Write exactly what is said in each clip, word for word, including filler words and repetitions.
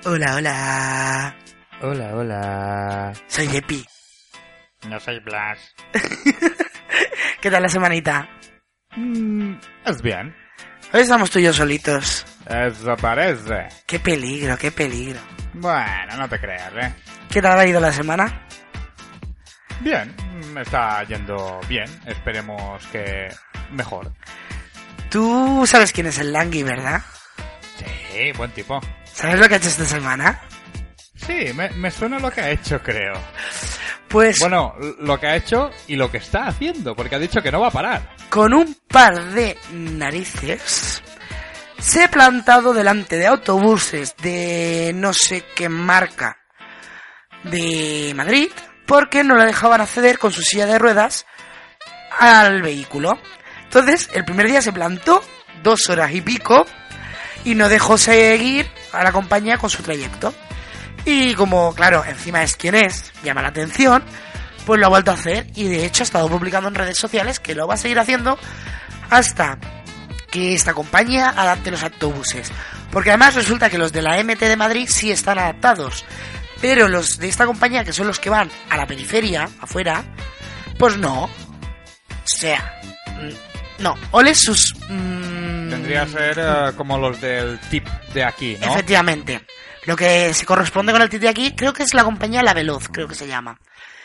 Hola, hola. Hola, hola. Soy Epi. No soy Blas. ¿Qué tal la semanita? Mm, es bien. Hoy estamos tú y yo solitos. Eso parece. Qué peligro, qué peligro. Bueno, no te creas, ¿eh? ¿Qué tal ha ido la semana? Bien, me está yendo bien. Esperemos que mejor. Tú sabes quién es el Langui, ¿verdad? Sí, buen tipo. ¿Sabes lo que ha hecho esta semana? Sí, me, me suena lo que ha hecho, creo. Pues Bueno, lo que ha hecho y lo que está haciendo, porque ha dicho que no va a parar. con un par de narices se ha plantado delante de autobuses de no sé qué marca de Madrid porque no le dejaban acceder con su silla de ruedas al vehículo. Entonces, el primer día se plantó dos horas y pico y no dejó seguir a la compañía con su trayecto. Y como, claro, encima es quien es, llama la atención, pues lo ha vuelto a hacer y de hecho ha estado publicando en redes sociales que lo va a seguir haciendo hasta que esta compañía adapte los autobuses. Porque además resulta que los de la M T de Madrid sí están adaptados, pero los de esta compañía, que son los que van a la periferia, afuera, pues no. O sea, no. Ole sus... Mmm, Tendría que ser uh, como los del tip de aquí, ¿no? Efectivamente. Lo que se corresponde con el tip de aquí, creo que es la compañía La Veloz, creo que se llama.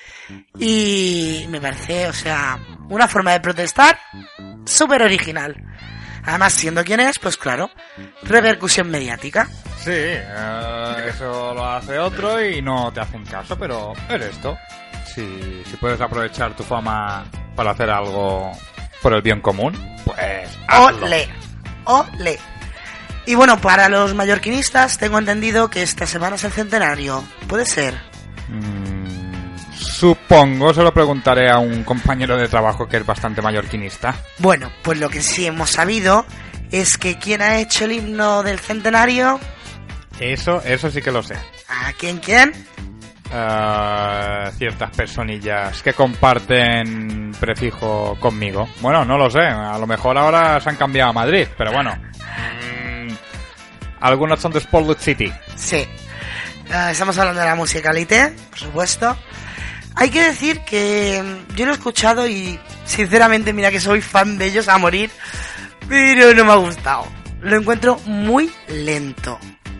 Y me parece, o sea, una forma de protestar súper original. Además, siendo quien es, pues claro, repercusión mediática. Sí, uh, eso lo hace otro y no te hacen caso, pero eres esto. Si, si puedes aprovechar tu fama para hacer algo por el bien común, pues hazlo. Ole, ole. Y bueno, para los mallorquinistas tengo entendido que esta semana es el centenario. ¿Puede ser? Mm, supongo, se lo preguntaré a un compañero de trabajo que es bastante mallorquinista. Bueno, pues lo que sí hemos sabido es que quien ha hecho el himno del centenario... Eso, eso sí que lo sé. ¿A quién quién? Uh, ciertas personillas que comparten prefijo conmigo. Bueno, no lo sé, a lo mejor ahora se han cambiado a Madrid, pero bueno. Mm, algunos son de Spotlight City. Sí. Uh, estamos hablando de la musicalité, por supuesto. Hay que decir que yo lo he escuchado y sinceramente mira que soy fan de ellos a morir, pero no me ha gustado. Lo encuentro muy lento.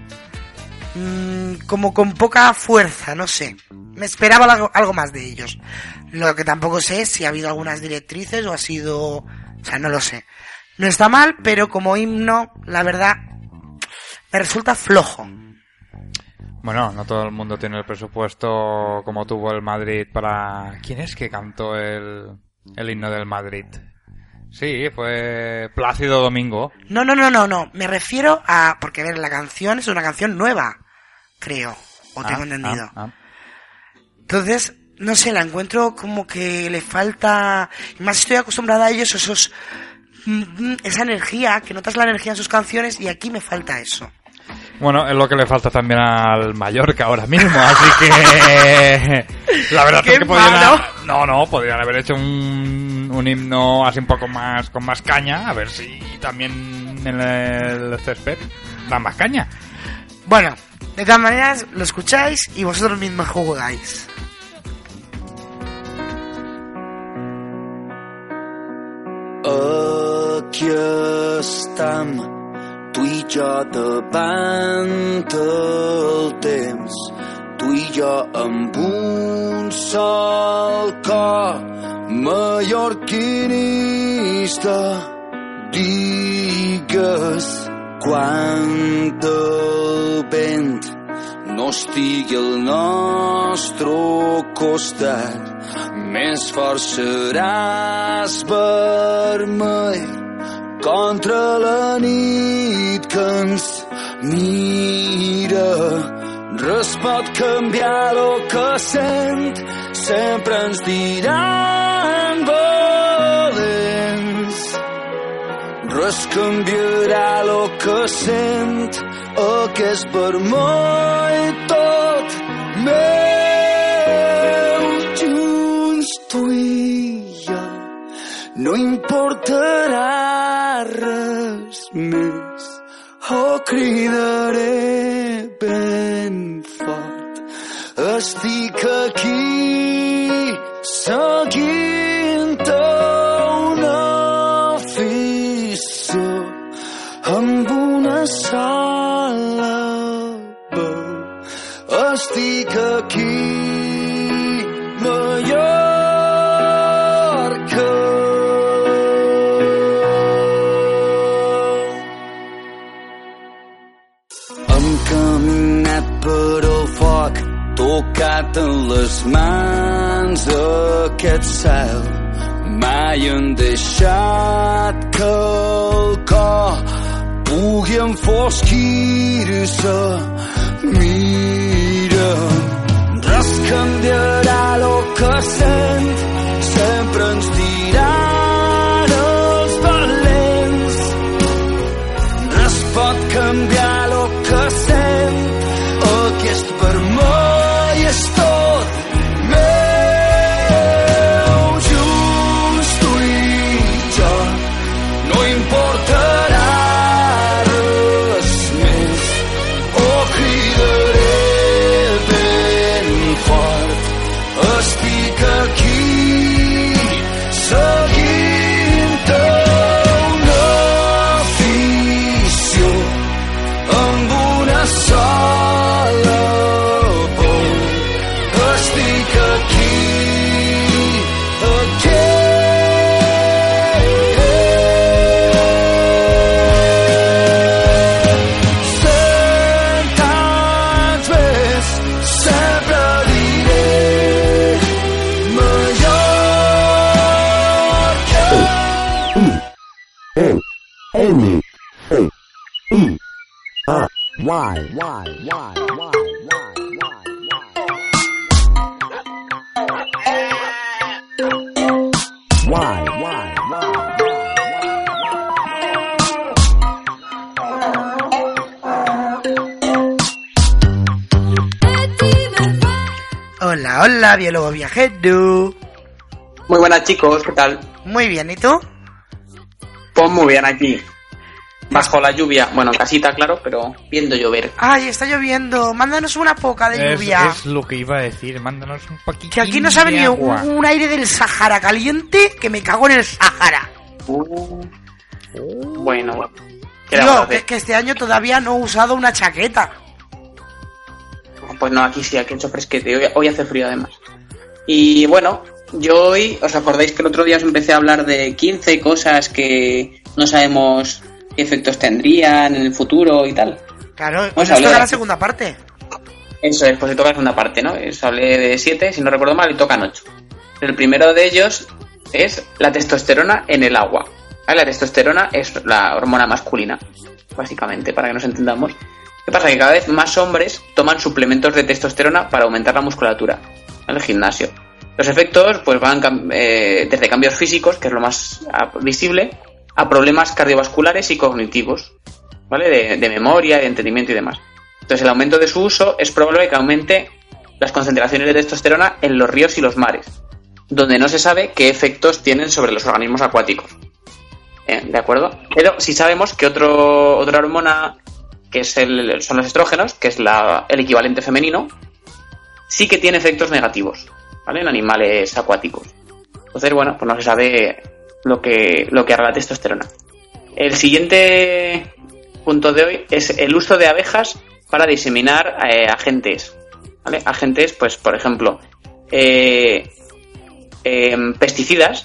Mm, como con poca fuerza, no sé. Me esperaba algo, algo más de ellos. Lo que tampoco sé es si ha habido algunas directrices o ha sido... O sea, no lo sé. No está mal, pero como himno, la verdad, me resulta flojo. Bueno, no todo el mundo tiene el presupuesto como tuvo el Madrid para... ¿Quién es que cantó el, el himno del Madrid? Sí, fue Plácido Domingo. No, no, no, no, no. Me refiero a... Porque, a ver, la canción es una canción nueva, creo. O tengo Ah, entendido. ah, ah. Entonces, no sé, la encuentro como que le falta... Y más estoy acostumbrada a ellos, esos... Esa energía, que notas la energía en sus canciones y aquí me falta eso. Bueno, es lo que le falta también al Mallorca ahora mismo, así que... La verdad ¡Qué es que podrían... malo! No, no, podrían haber hecho un, un himno así un poco más, con más caña, a ver si también en el césped dan más caña. Bueno, de todas maneras, lo escucháis y vosotros mismos jugáis. Aquí estem, tu i jo davant el temps, tu i jo amb un sol cor mallorquinista. Digues quan el vent no estigui al nostre costat, més fort seràs vermell contra la nit que ens mira. Res pot canviar el que sent, sempre ens diran valents. Res canviarà el que sent, aquest vermell tot meu. Junts tu i jo, no importarà res més, o cridarem ben fort. Estic aquí seguint una afició amb una sola veu. Estic aquí, Mallorca. Hem caminat per al foc, tocat en les mans aquest cel. Mai han deixat que el cor pugui enfosquir-se. Mira, res canviarà lo que sent, sempre ens diran els valents. Res pot canviar lo que sent, aquest vermell és tot meu. Junts tu i jo, no importarà res més, o cridaré ben fort. Estic aquí seguint una afició amb una sola por. Estic aquí, aquí. Cent anys més, sempre diré Mallorca. N N A E A Y Y Y Y Y Hola, hola, biólogo viajero. Muy buenas, chicos, ¿qué tal? Muy bien, ¿y tú? Pues muy bien aquí. Bajo la lluvia, bueno, en casita, claro, pero viendo llover. Ay, está lloviendo. Mándanos una poca de Es, lluvia. es lo que iba a decir, mándanos un poquito. Que aquí nos ha venido un, un aire del Sahara caliente que me cago en el Sahara. Uh, bueno, bueno. ¿Qué le Tío, vamos a que, hacer? que este año todavía no he usado una chaqueta. Pues no, aquí sí, aquí ha hecho fresquete. Hoy, hoy hace frío además. Y bueno, yo hoy, ¿os acordáis que el otro día os empecé a hablar de quince cosas que no sabemos qué efectos tendrían en el futuro y tal? Claro, Vamos pues a esto hablar es la de- segunda parte. Eso es, pues se toca la segunda parte, ¿no? Os hablé de siete, si no recuerdo mal, y tocan ocho. El primero de ellos es la testosterona en el agua. ¿Vale? La testosterona es la hormona masculina, básicamente, para que nos entendamos. ¿Qué pasa? Que cada vez más hombres toman suplementos de testosterona para aumentar la musculatura en el gimnasio. Los efectos pues van cam- eh, desde cambios físicos, que es lo más ah, visible, a problemas cardiovasculares y cognitivos, ¿vale? De, de memoria, de entendimiento y demás. Entonces, el aumento de su uso es probable que aumente las concentraciones de testosterona en los ríos y los mares, donde no se sabe qué efectos tienen sobre los organismos acuáticos. Eh, ¿De acuerdo? Pero sí sabemos que otro, otra hormona, que es el, son los estrógenos, que es la, el equivalente femenino, sí que tiene efectos negativos, ¿vale? En animales acuáticos. Entonces, bueno, pues no se sabe lo que, lo que hará la testosterona. El siguiente punto de hoy es el uso de abejas para diseminar eh, agentes, ¿vale? Agentes, pues, por ejemplo, eh, eh, pesticidas,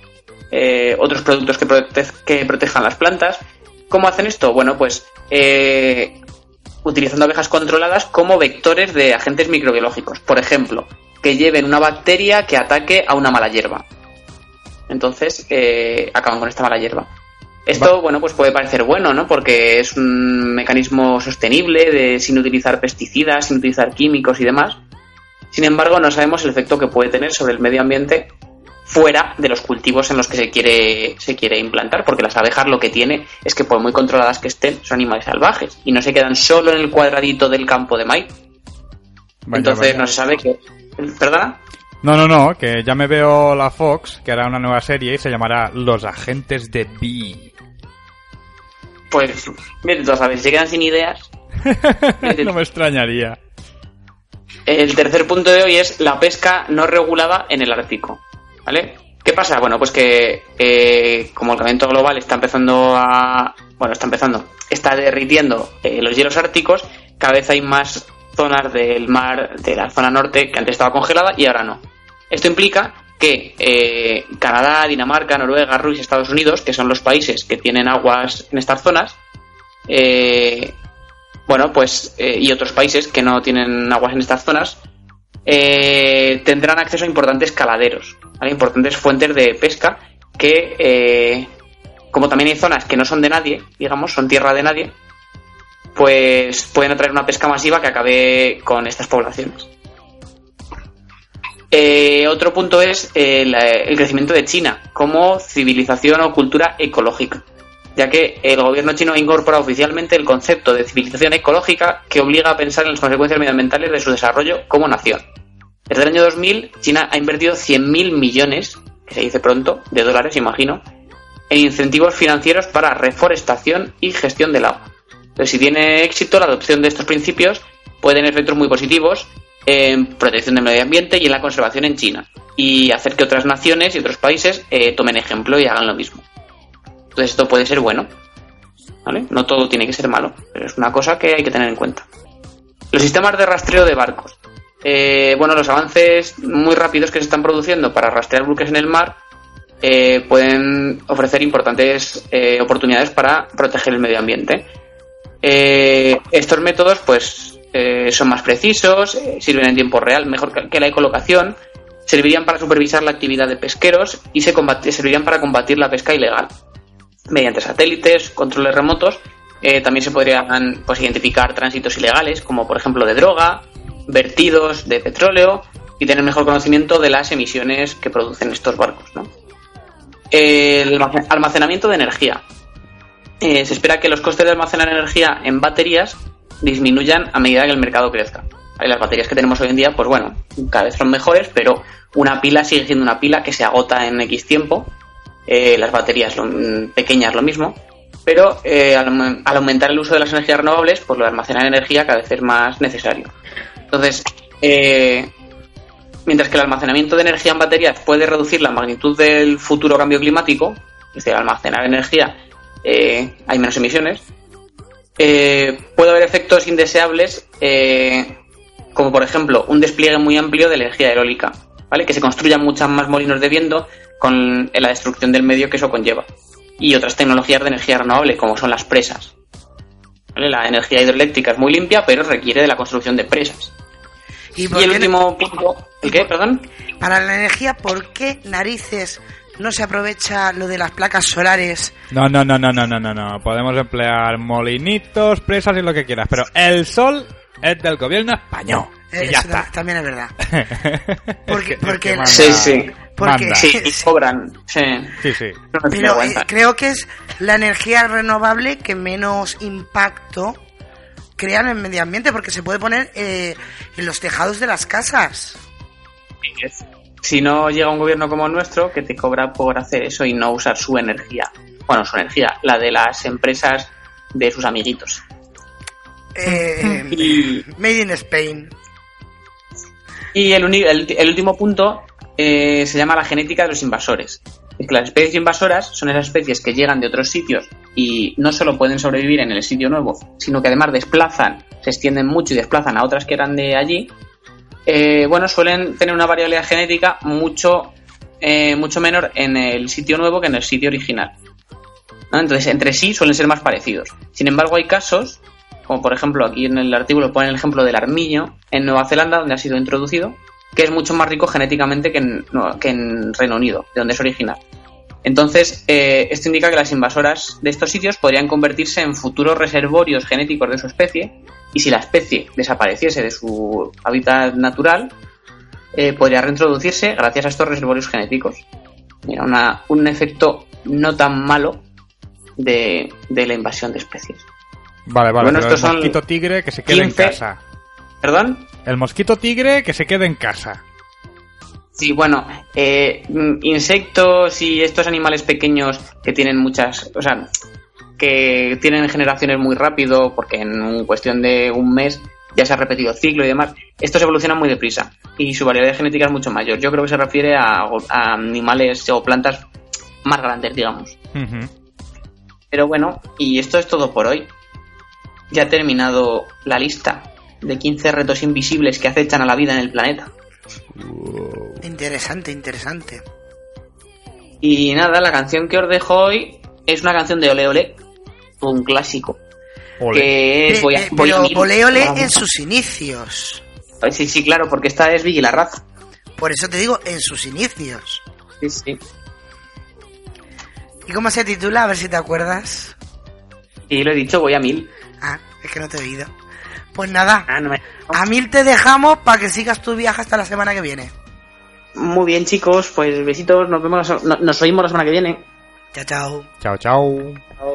eh, otros productos que, prote- que protejan las plantas. ¿Cómo hacen esto? Bueno, pues eh, utilizando abejas controladas como vectores de agentes microbiológicos. Por ejemplo, que lleven una bacteria que ataque a una mala hierba. Entonces, eh, acaban con esta mala hierba. Esto, bueno, pues puede parecer bueno, ¿no? Porque es un mecanismo sostenible de sin utilizar pesticidas, sin utilizar químicos y demás. Sin embargo, no sabemos el efecto que puede tener sobre el medio ambiente fuera de los cultivos en los que se quiere se quiere implantar, porque las abejas lo que tiene es que por muy controladas que estén, son animales salvajes y no se quedan solo en el cuadradito del campo de maíz. Vaya, Entonces vaya. no se sabe qué... ¿Perdona? No, no, no, que ya me veo la Fox, que hará una nueva serie y se llamará Los Agentes de Bee. Pues, mire, tú sabes, si se quedan sin ideas. No me extrañaría. El tercer punto de hoy es la pesca no regulada en el Ártico, ¿vale? ¿Qué pasa? Bueno, pues que eh, como el calentamiento global está empezando a... Bueno, está empezando, está derritiendo eh, los hielos árticos, cada vez hay más zonas del mar de la zona norte que antes estaba congelada y ahora no. Esto implica que eh, Canadá, Dinamarca, Noruega, Rusia, Estados Unidos, que son los países que tienen aguas en estas zonas, eh, bueno, pues eh, y otros países que no tienen aguas en estas zonas, eh, tendrán acceso a importantes caladeros, ¿vale? Importantes fuentes de pesca que, eh, como también hay zonas que no son de nadie, digamos, son tierra de nadie, pues pueden atraer una pesca masiva que acabe con estas poblaciones. Eh, otro punto es eh, la, el crecimiento de China como civilización o cultura ecológica, ya que el gobierno chino ha incorporado oficialmente el concepto de civilización ecológica que obliga a pensar en las consecuencias medioambientales de su desarrollo como nación. Desde el año dos mil, China ha invertido cien mil millones, que se dice pronto, de dólares, imagino, en incentivos financieros para reforestación y gestión del agua. Entonces, si tiene éxito, la adopción de estos principios puede tener efectos muy positivos en protección del medio ambiente y en la conservación en China, y hacer que otras naciones y otros países eh, tomen ejemplo y hagan lo mismo. Entonces esto puede ser bueno, ¿vale? No todo tiene que ser malo, pero es una cosa que hay que tener en cuenta. Los sistemas de rastreo de barcos. Eh, bueno, los avances muy rápidos que se están produciendo para rastrear buques en el mar eh, pueden ofrecer importantes eh, oportunidades para proteger el medio ambiente. Eh, estos métodos, pues, eh, son más precisos, eh, sirven en tiempo real, mejor que, que la ecolocación, servirían para supervisar la actividad de pesqueros y se combate, servirían para combatir la pesca ilegal. Mediante satélites, controles remotos, eh, también se podrían, pues, identificar tránsitos ilegales, como por ejemplo de droga, vertidos de petróleo, y tener mejor conocimiento de las emisiones que producen estos barcos, ¿no? El almacenamiento de energía. Eh, se espera que los costes de almacenar energía en baterías disminuyan a medida que el mercado crezca. ¿Vale? Las baterías que tenemos hoy en día, pues bueno, cada vez son mejores, pero una pila sigue siendo una pila que se agota en X tiempo. Eh, las baterías lo, pequeñas lo mismo, pero eh, al, al aumentar el uso de las energías renovables, pues lo de almacenar energía cada vez es más necesario. Entonces, eh, mientras que el almacenamiento de energía en baterías puede reducir la magnitud del futuro cambio climático, es decir, al almacenar energía eh, hay menos emisiones, eh, puede haber efectos indeseables, eh, como por ejemplo un despliegue muy amplio de energía eólica, ¿vale? Que se construyan muchos más molinos de viento con la destrucción del medio que eso conlleva, y otras tecnologías de energía renovable como son las presas, ¿vale? La energía hidroeléctrica es muy limpia, pero requiere de la construcción de presas. Y, y el último punto, ¿el qué? Perdón. Para la energía, ¿por qué narices no se aprovecha lo de las placas solares? No, no, no, no, no, no, no, no. Podemos emplear molinitos, presas y lo que quieras, pero el sol es del gobierno español. Eh, y ya eso está. También es verdad. Porque, porque manda, sí, sí. Porque, manda. Sí, y cobran. Sí. Sí, sí. Pero eh, creo que es la energía renovable que menos impacto crea en el medio ambiente, porque se puede poner eh, en los tejados de las casas. Si no llega un gobierno como el nuestro, que te cobra por hacer eso y no usar su energía. Bueno, su energía, la de las empresas de sus amiguitos. Eh, Y- Made in Spain. Y el, uni- el, el último punto eh, se llama la genética de los invasores. Es que las especies invasoras son esas especies que llegan de otros sitios y no solo pueden sobrevivir en el sitio nuevo, sino que además desplazan, se extienden mucho y desplazan a otras que eran de allí. Eh, bueno, suelen tener una variabilidad genética mucho, eh, mucho menor en el sitio nuevo que en el sitio original, ¿no? Entonces, entre sí suelen ser más parecidos. Sin embargo, hay casos, como por ejemplo aquí en el artículo ponen el ejemplo del armiño en Nueva Zelanda, donde ha sido introducido, que es mucho más rico genéticamente que en, no, que en Reino Unido, de donde es original. Entonces, eh, esto indica que las invasoras de estos sitios podrían convertirse en futuros reservorios genéticos de su especie, y si la especie desapareciese de su hábitat natural, eh, podría reintroducirse gracias a estos reservorios genéticos. Mira, una, un efecto no tan malo de, de la invasión de especies. Vale, vale, Bueno, pero estos el son mosquito tigre que se quede quince en casa. ¿Perdón? El mosquito tigre que se quede en casa. Sí, bueno, eh, insectos y estos animales pequeños que tienen muchas, o sea, que tienen generaciones muy rápido, porque en cuestión de un mes ya se ha repetido el ciclo y demás, estos evolucionan muy deprisa y su variedad genética es mucho mayor. Yo creo que se refiere a, a animales o plantas más grandes, digamos. Uh-huh. Pero bueno, y esto es todo por hoy. Ya ha terminado la lista de quince retos invisibles que acechan a la vida en el planeta. Interesante, interesante. Y nada, la canción que os dejo hoy es una canción de Ole Ole, un clásico. Ole. Que es Eh, voy a, eh, voy a pero mil. Ole Ole Vamos. en sus inicios. Sí, sí, claro, porque esta es Vicky la Raza. Por eso te digo, en sus inicios. Sí, sí. ¿Y cómo se titula? A ver si te acuerdas. Y lo he dicho, voy a mil. Ah, es que no te he oído. Pues nada, Ah, no me... a mil te dejamos para que sigas tu viaje hasta la semana que viene. Muy bien, chicos, pues besitos, nos vemos, no- nos oímos la semana que viene. Chao, chao. Chao, chao.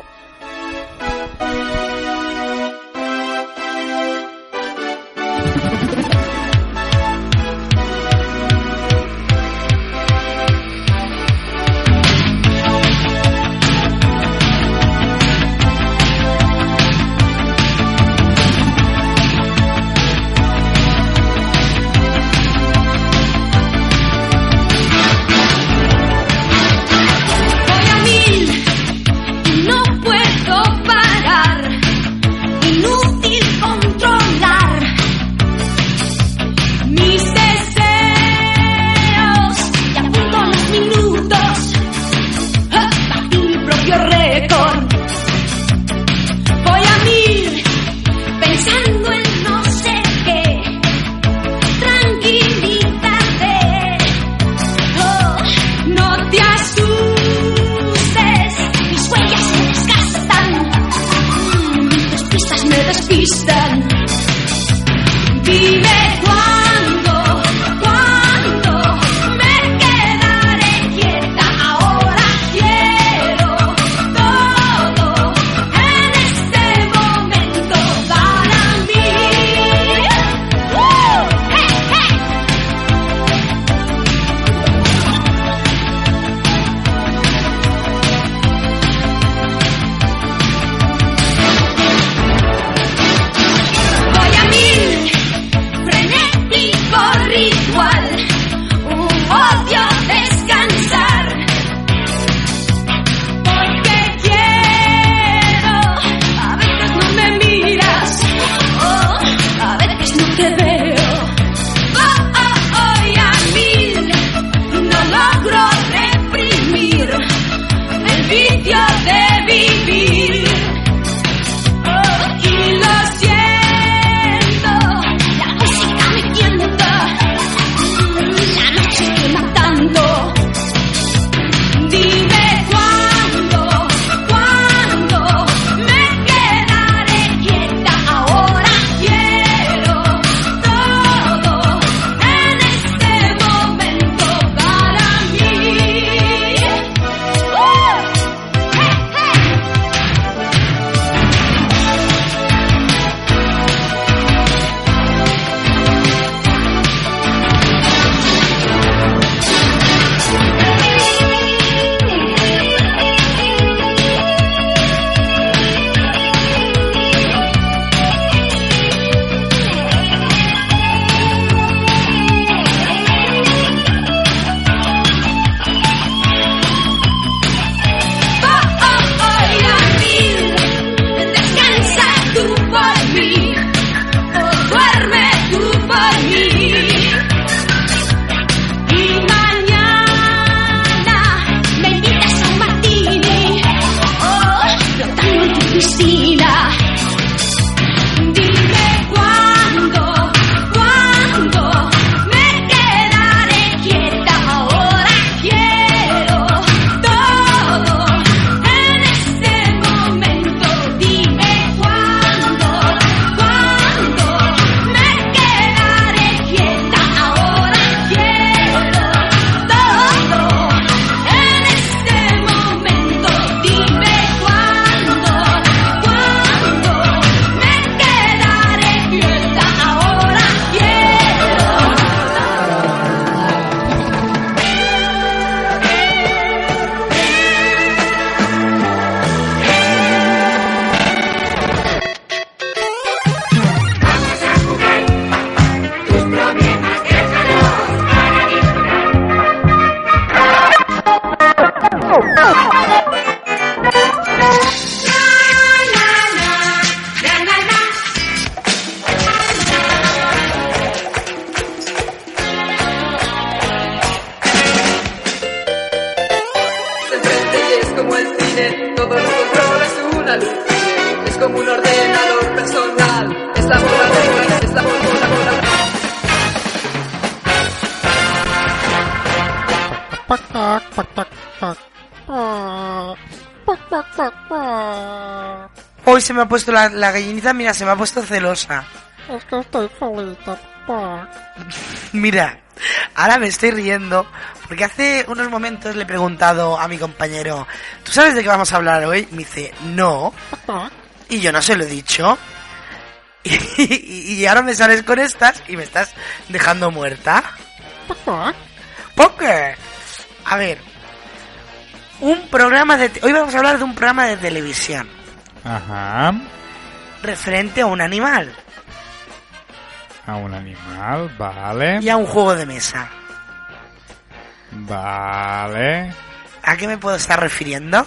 Voy a mil y no puedo parar, inútil controlar mis deseos y apunto los minutos a batir mi propio récord. Voy a mil pensando en no sé qué, tranquilízate. Oh, no te asustes, mis huellas se desgastan, mm, tus pistas me despistan. Dime cuándo, cuándo me quedaré quieta. Ahora quiero todo en este momento para mí. ¡Uh! ¡Hey, hey! Voy a mil, frenético ritual, un odio descansar, porque quiero, a veces no me miras, oh, a veces no te veo. Oh, oh, oh, y a mil, no logro reprimir el vicio de vivir. Oh, y lo siento, la música me tienta, la noche quema tanto. Dime cuándo, cuándo me quedaré quieta. Ahora quiero todo en este momento para mí. ¡Uh! ¡Hey, hey! Oh, oh, oh, y a mil, descansa tú por mí, o duerme tú por mí. Y mañana me invitas a un martini, oh, flotando en tu piscina. Dime cuándo, cuándo me quedaré quieta. Ahora quiero todo en este momento. Dime cuándo, cuándo me quedaré quieta. Ahora quiero todo en este momento. Dime cuándo, cuándo un ordenador personal. Estamos la estamos la Hoy se me ha puesto la, la gallinita, mira, se me ha puesto celosa. Es que estoy solita. Mira, ahora me estoy riendo porque hace unos momentos le he preguntado a mi compañero, ¿tú sabes de qué vamos a hablar hoy? Me dice, no. Y yo no se lo he dicho. Y, y, y ahora me sales con estas y me estás dejando muerta. ¿Por qué? A ver, un programa de... Hoy vamos a hablar de un programa de televisión. Ajá. Referente a un animal. A un animal, vale. Y a un juego de mesa. Vale. ¿A qué me puedo estar refiriendo?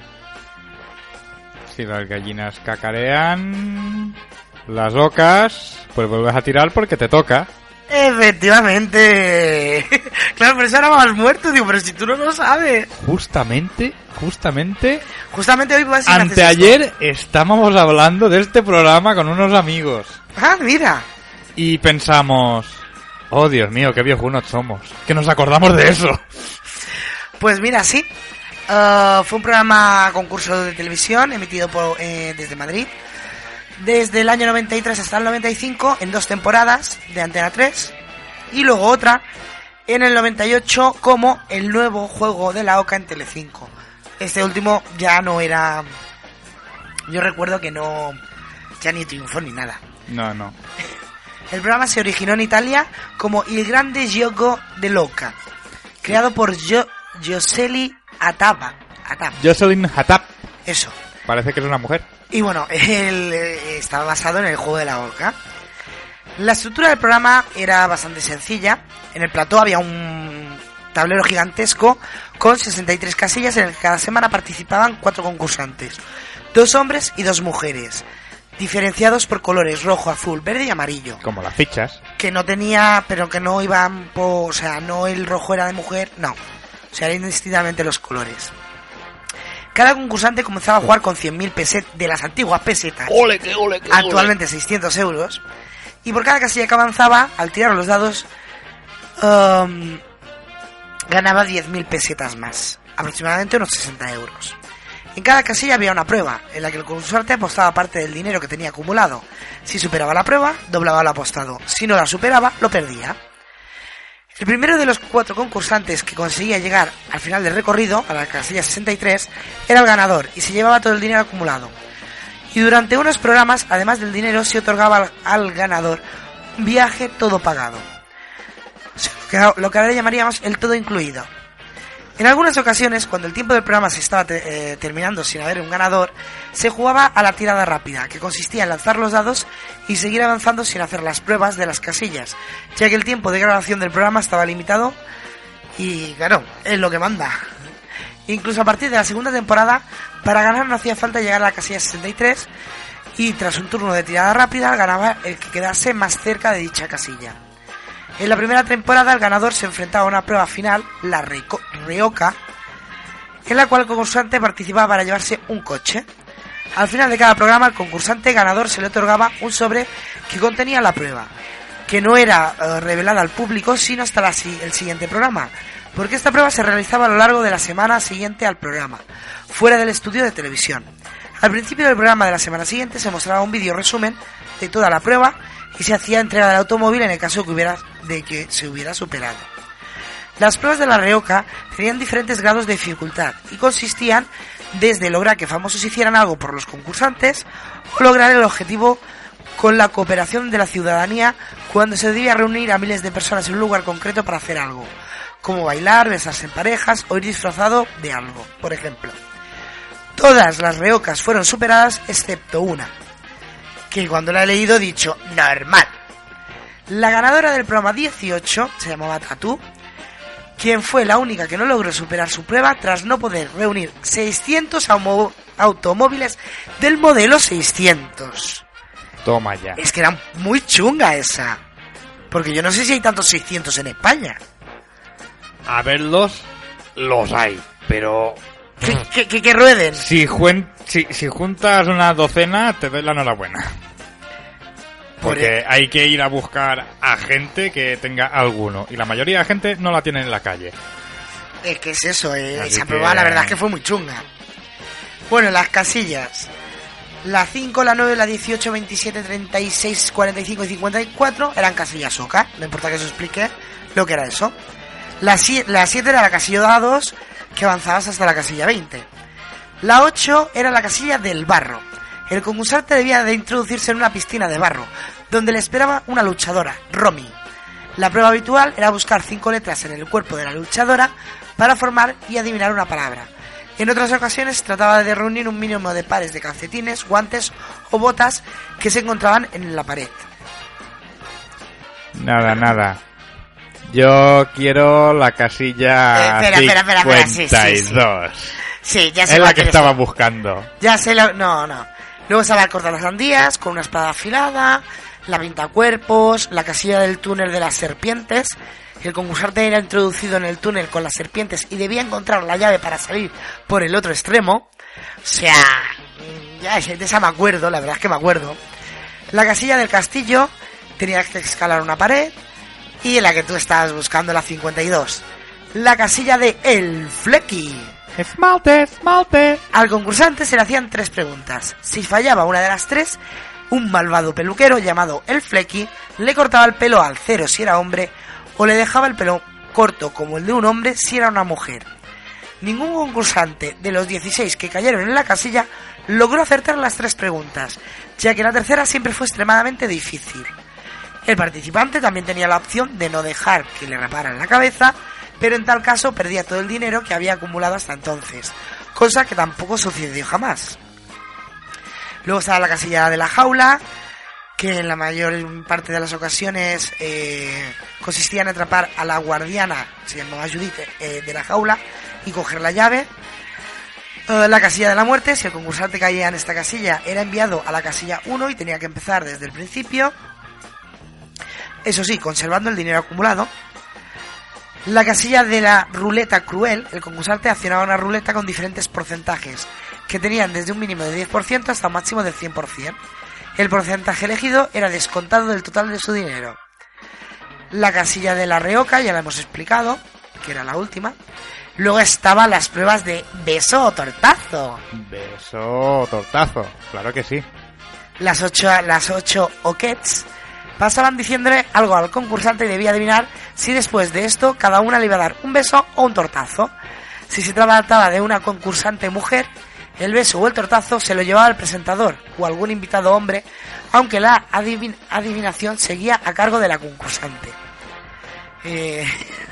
Si las gallinas cacarean, las ocas, pues vuelves a tirar porque te toca. Efectivamente. Claro, pero eso ahora me has muerto, digo, pero si tú no lo sabes. Justamente, justamente, Justamente hoy vas a anteayer estábamos hablando de este programa con unos amigos. Ah, mira. Y pensamos, oh Dios mío, qué viejunos somos, que nos acordamos de eso. Pues mira, sí. Uh, fue un programa concurso de televisión emitido por, eh, desde Madrid. Desde el año noventa y tres hasta el noventa y cinco, en dos temporadas de Antena tres. Y luego otra en el noventa y ocho como el nuevo juego de la Oca en Telecinco. Este último ya no era... Yo recuerdo que no... Ya ni triunfó ni nada. No, no. El programa se originó en Italia como Il Grande Gioco dell'Oca, creado por Gio- Joseli Ataba. Ataba. Jocelyn Hattab. Eso. Parece que es una mujer. Y bueno, él eh, estaba basado en el juego de la Oca. La estructura del programa era bastante sencilla. En el plató había un tablero gigantesco con sesenta y tres casillas en el que cada semana participaban cuatro concursantes. Dos hombres y dos mujeres, diferenciados por colores rojo, azul, verde y amarillo. Como las fichas. Que no tenía, pero que no iban por... O sea, no el rojo era de mujer, no. O sea, eran indistintamente los colores. Cada concursante comenzaba a jugar con cien mil pesetas, de las antiguas pesetas. Ole, que ole, que Actualmente seiscientos euros. Y por cada casilla que avanzaba, al tirar los dados, um, ganaba diez mil pesetas más. Aproximadamente unos sesenta euros. En cada casilla había una prueba, en la que el concursante apostaba parte del dinero que tenía acumulado. Si superaba la prueba, doblaba lo apostado. Si no la superaba, lo perdía. El primero de los cuatro concursantes que conseguía llegar al final del recorrido, a la casilla sesenta y tres, era el ganador y se llevaba todo el dinero acumulado. Y durante unos programas, además del dinero, se otorgaba al, al ganador un viaje todo pagado. O sea, lo que, lo que ahora llamaríamos el todo incluido. En algunas ocasiones, cuando el tiempo del programa se estaba te, eh, terminando sin haber un ganador, se jugaba a la tirada rápida, que consistía en lanzar los dados y seguir avanzando sin hacer las pruebas de las casillas, ya que el tiempo de grabación del programa estaba limitado y, claro, es lo que manda. Incluso a partir de la segunda temporada, para ganar no hacía falta llegar a la casilla sesenta y tres y tras un turno de tirada rápida ganaba el que quedase más cerca de dicha casilla. En la primera temporada el ganador se enfrentaba a una prueba final, la Reco- Reoca, en la cual el concursante participaba para llevarse un coche. Al final de cada programa el concursante ganador se le otorgaba un sobre que contenía la prueba, que no era uh, revelada al público sino hasta la, el siguiente programa, porque esta prueba se realizaba a lo largo de la semana siguiente al programa, fuera del estudio de televisión. Al principio del programa de la semana siguiente se mostraba un vídeo resumen de toda la prueba y se hacía entrega del automóvil en el caso de que, hubiera, de que se hubiera superado. Las pruebas de la Reoca tenían diferentes grados de dificultad y consistían desde lograr que famosos hicieran algo por los concursantes o lograr el objetivo con la cooperación de la ciudadanía cuando se debía reunir a miles de personas en un lugar concreto para hacer algo, como bailar, besarse en parejas o ir disfrazado de algo, por ejemplo. Todas las Reocas fueron superadas excepto una, que cuando la he leído he dicho, normal. La ganadora del programa dieciocho se llamaba Tatú, quien fue la única que no logró superar su prueba tras no poder reunir seiscientos aumo- automóviles del modelo seiscientos. Toma ya. Es que era muy chunga esa, porque yo no sé si hay tantos seiscientos en España. A verlos, los hay, pero Que, que, que, que rueden. Si, juen- si, si juntas una docena, te doy la enhorabuena. Porque Por- hay que ir a buscar a gente que tenga alguno. Y la mayoría de gente no la tiene en la calle. Es que es eso, eh, Así esa que- prueba la verdad es que fue muy chunga. Bueno, las casillas. La cinco, la nueve, la dieciocho, veintisiete, treinta y seis, cuarenta y cinco y cincuenta y cuatro eran casillas oca. No importa que os explique lo que era eso. La siete era la casilla de A dos, que avanzabas hasta la casilla veinte. La ocho era la casilla del barro. El concursante debía de introducirse en una piscina de barro, donde le esperaba una luchadora, Romy. La prueba habitual era buscar cinco letras en el cuerpo de la luchadora para formar y adivinar una palabra. En otras ocasiones trataba de reunir un mínimo de pares de calcetines, guantes o botas que se encontraban en la pared. Nada, nada. Yo quiero la casilla Eh, espera, espera, espera, espera, sí, sí, cincuenta y dos. Sí, ya sé Es la cuál que quieres estaba tú. buscando. Ya sé la... No, no. Luego estaba el cortar las sandías con una espada afilada, la pintacuerpos, la casilla del túnel de las serpientes. El concursante era introducido en el túnel con las serpientes y debía encontrar la llave para salir por el otro extremo. O sea, ya de esa me acuerdo, la verdad es que me acuerdo. La casilla del castillo tenía que escalar una pared. Y en la que tú estabas buscando, la cincuenta y dos. La casilla de El Flecky. Esmalte, esmalte. Al concursante se le hacían tres preguntas. Si fallaba una de las tres, un malvado peluquero llamado El Flecky le cortaba el pelo al cero si era hombre, o le dejaba el pelo corto como el de un hombre si era una mujer. Ningún concursante de los dieciséis que cayeron en la casilla logró acertar las tres preguntas, ya que la tercera siempre fue extremadamente difícil. El participante también tenía la opción de no dejar que le raparan la cabeza, pero en tal caso perdía todo el dinero que había acumulado hasta entonces, cosa que tampoco sucedió jamás. Luego estaba la casilla de la jaula, que en la mayor parte de las ocasiones eh, consistía en atrapar a la guardiana, se llamaba Judith, eh, de la jaula y coger la llave. Eh, la casilla de la muerte, si el concursante caía en esta casilla, era enviado a la casilla uno y tenía que empezar desde el principio. Eso sí, conservando el dinero acumulado. La casilla de la ruleta cruel, el concursante accionaba una ruleta con diferentes porcentajes, que tenían desde un mínimo de diez por ciento hasta un máximo del cien por ciento. El porcentaje elegido era descontado del total de su dinero. La casilla de la reoca, ya la hemos explicado, que era la última. Luego estaban las pruebas de beso o tortazo. Beso o tortazo, claro que sí. Las ocho, las ocho oquets pasaban diciéndole algo al concursante y debía adivinar si después de esto cada una le iba a dar un beso o un tortazo. Si se trataba de una concursante mujer, el beso o el tortazo se lo llevaba el presentador o algún invitado hombre, aunque la adivin- adivinación seguía a cargo de la concursante. Eh...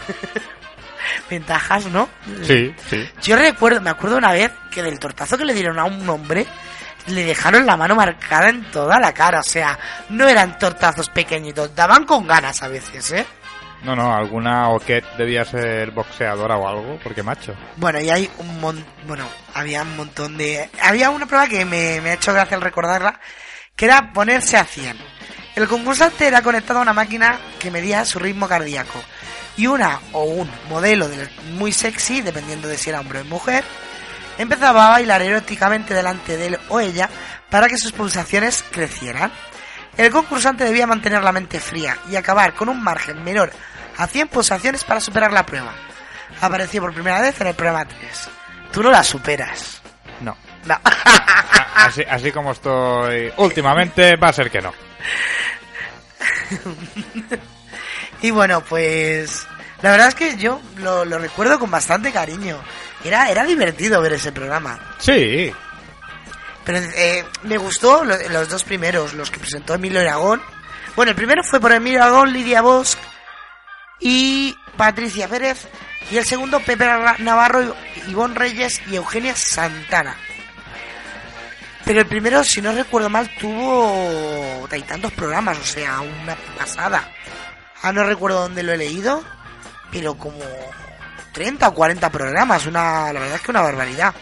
Ventajas, ¿no? Sí, sí. Yo recuerdo, me acuerdo una vez que del tortazo que le dieron a un hombre, le dejaron la mano marcada en toda la cara. O sea, no eran tortazos pequeñitos, daban con ganas a veces, ¿eh? No, no, alguna oquet debía ser boxeadora o algo, porque macho. Bueno, y hay un montón, bueno, había un montón de... Había una prueba que me, me ha hecho gracia al recordarla, que era ponerse a cien. El concursante era conectado a una máquina que medía su ritmo cardíaco. Y una o un modelo de muy sexy, dependiendo de si era hombre o mujer, empezaba a bailar eróticamente delante de él o ella para que sus pulsaciones crecieran. El concursante debía mantener la mente fría y acabar con un margen menor a cien pulsaciones para superar la prueba. Apareció por primera vez en el programa tres. Tú no la superas. No. No. A- Así, así como estoy últimamente, va a ser que no. Y bueno, pues la verdad es que yo lo, lo recuerdo con bastante cariño. Era, era divertido ver ese programa. Sí. Pero eh, me gustó lo- los dos primeros, los que presentó Emilio Aragón. Bueno, el primero fue por Emilio Aragón, Lidia Bosch y Patricia Pérez. Y el segundo, Pepe Navarro, Ivonne Reyes y Eugenia Santana. Pero el primero, si no recuerdo mal, tuvo tantos programas, o sea, una pasada. Ah, no recuerdo dónde lo he leído, pero como treinta o cuarenta programas, una, la verdad es que una barbaridad.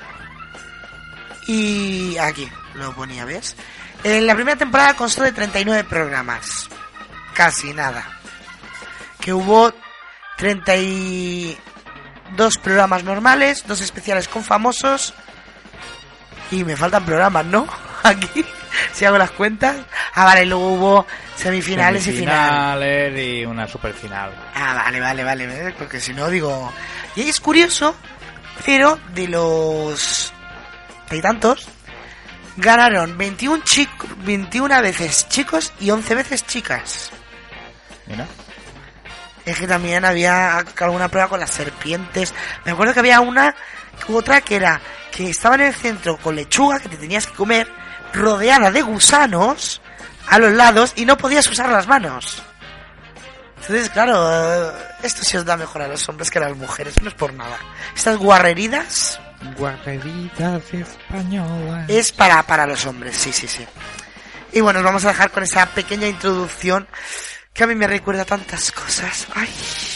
Y aquí lo ponía, ¿ves? En la primera temporada constó de treinta y nueve programas, casi nada. Que hubo treinta y... dos programas normales, dos especiales con famosos y me faltan programas, ¿no? Aquí, si hago las cuentas. Ah, vale, luego hubo semifinales, Semifinales y final. y una superfinal. Ah, vale, vale, vale, vale, porque si no digo... Y es curioso, pero de los... hay tantos, ganaron veintiún, chico, veintiuna veces chicos y once veces chicas. Mira. Es que también había alguna prueba con las serpientes. Me acuerdo que había una, otra que era que estaba en el centro con lechuga que te tenías que comer, rodeada de gusanos a los lados y no podías usar las manos. Entonces, claro, esto sí os da mejor a los hombres que a las mujeres, no es por nada. Estas guarreridas... Guarreridas españolas. Es para, para los hombres, sí, sí, sí. Y bueno, os vamos a dejar con esa pequeña introducción que a mí me recuerda tantas cosas. Ay.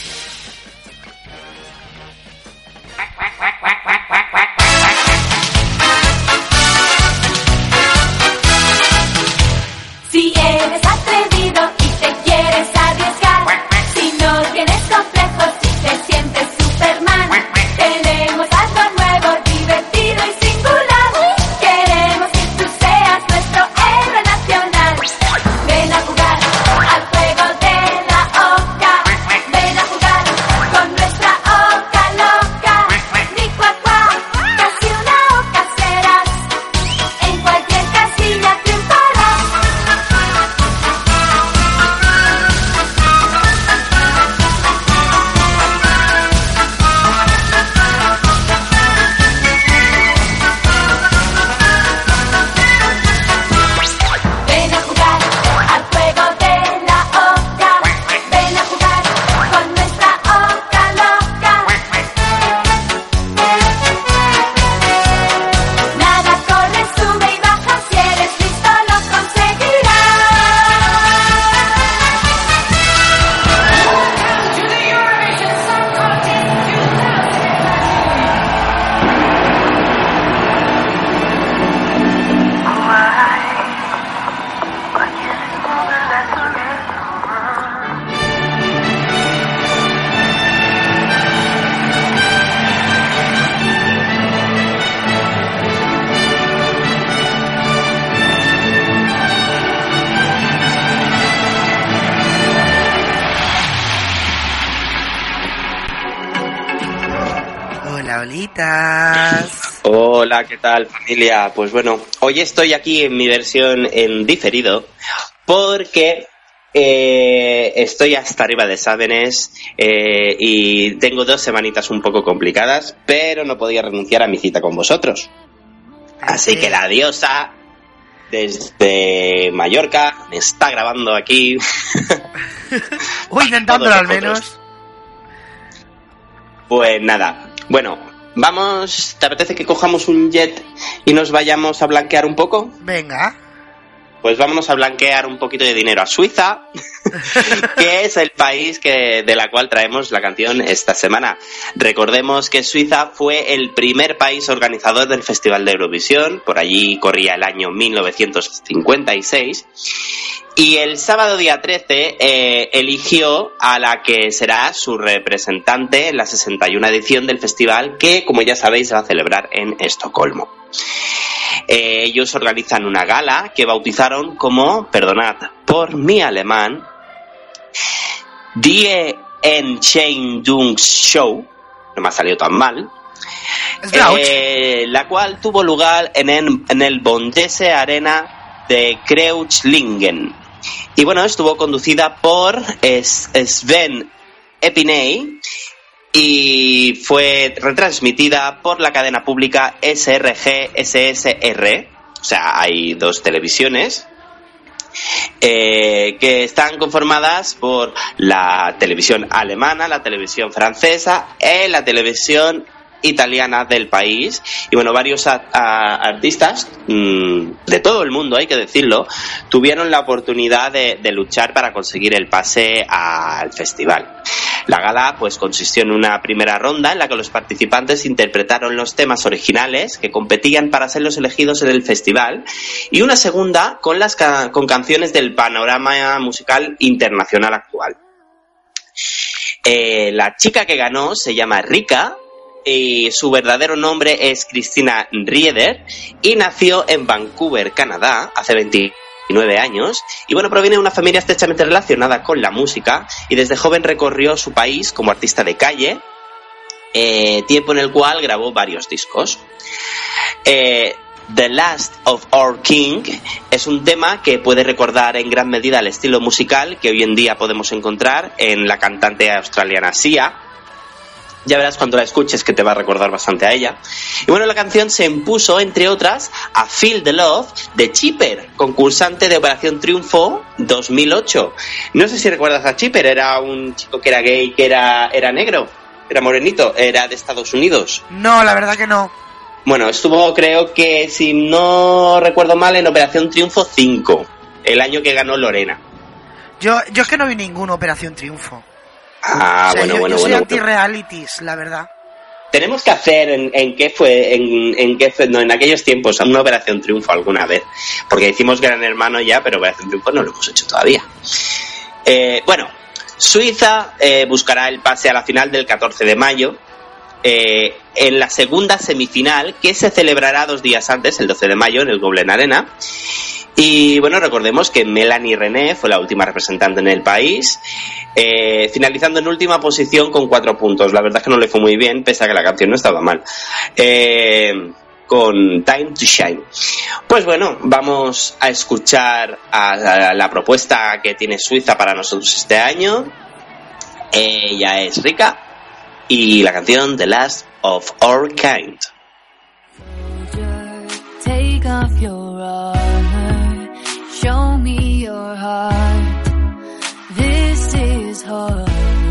Si eres atrevido y te quieres arriesgar, si no tienes complejos y te sientes Superman, tenemos algo nuevo, divertido y singular. Queremos que tú seas nuestro héroe nacional. Ven a jugar al juego de la oca. Ven a jugar con nuestra oca loca. Ni cuá cuá, casi una oca serás. En cualquier casilla triunfarás. Ven a jugar al juego de la oca. Ven a jugar con nuestra oca loca. Nada, corre, sube y baja. Si eres listo lo conseguirás. Hola, olitas. Hola, ¿qué tal, familia? Pues bueno, hoy estoy aquí en mi versión en diferido porque eh, estoy hasta arriba de exámenes eh, y tengo dos semanitas un poco complicadas, pero no podía renunciar a mi cita con vosotros. Así que la diosa desde Mallorca me está grabando aquí. O intentándolo al Todos menos. vosotros. Pues nada, bueno, vamos, ¿te apetece que cojamos un jet y nos vayamos a blanquear un poco? Venga. Pues vámonos a blanquear un poquito de dinero a Suiza, que es el país que de la cual traemos la canción esta semana. Recordemos que Suiza fue el primer país organizador del Festival de Eurovisión, por allí corría el año mil novecientos cincuenta y seis, y el sábado día trece eh, eligió a la que será su representante en la sesenta y una edición del festival, que, como ya sabéis, se va a celebrar en Estocolmo. Eh, ellos organizan una gala que bautizaron como, perdonad por mi alemán, Die Entscheidungsshow, no me ha salido tan mal, eh, la cual tuvo lugar en el, en el Bondese Arena de Kreuzlingen. Y bueno, estuvo conducida por Sven Epiney y fue retransmitida por la cadena pública S R G S S R, o sea, hay dos televisiones eh, que están conformadas por la televisión alemana, la televisión francesa y la televisión italiana del país. Y bueno, varios a, a, artistas mmm, de todo el mundo, hay que decirlo, tuvieron la oportunidad de, de luchar para conseguir el pase al festival. La gala pues consistió en una primera ronda en la que los participantes interpretaron los temas originales que competían para ser los elegidos en el festival, y una segunda con las ca- con canciones del panorama musical internacional actual. Eh, la chica que ganó se llama Rika y su verdadero nombre es Christina Rieder y nació en Vancouver, Canadá, hace veintinueve años. Y bueno, proviene de una familia estrechamente relacionada con la música y desde joven recorrió su país como artista de calle, eh, tiempo en el cual grabó varios discos. Eh, The Last of Our King es un tema que puede recordar en gran medida el estilo musical que hoy en día podemos encontrar en la cantante australiana Sia. Ya verás cuando la escuches que te va a recordar bastante a ella. Y bueno, la canción se impuso, entre otras, a Feel the Love de Chipper, concursante de Operación Triunfo dos mil ocho. No sé si recuerdas a Chipper, era un chico que era gay, que era, era negro, era morenito, era de Estados Unidos. No, la verdad que no. Bueno, estuvo, creo que, si no recuerdo mal, en Operación Triunfo cinco, el año que ganó Lorena. Yo, yo es que no vi ninguna Operación Triunfo. Ah, o sea, bueno, yo, bueno, yo soy bueno. anti-realities, la verdad. Tenemos que hacer en, en qué fue, en, en qué fue, no, en aquellos tiempos, una Operación Triunfo alguna vez. Porque hicimos Gran Hermano ya, pero Operación Triunfo no lo hemos hecho todavía. Eh, bueno, Suiza eh, buscará el pase a la final del catorce de mayo. Eh, en la segunda semifinal que se celebrará dos días antes, el doce de mayo, en el Gobelin Arena. Y bueno, recordemos que Melanie René fue la última representante en el país, eh, finalizando en última posición con cuatro puntos. La verdad es que no le fue muy bien, pese a que la canción no estaba mal, eh, con Time to Shine. Pues bueno, vamos a escuchar a, a la propuesta que tiene Suiza para nosotros este año. Ella es Rika y la canción The Last of Our Kind. Take off your armor, show me your heart. This is hard,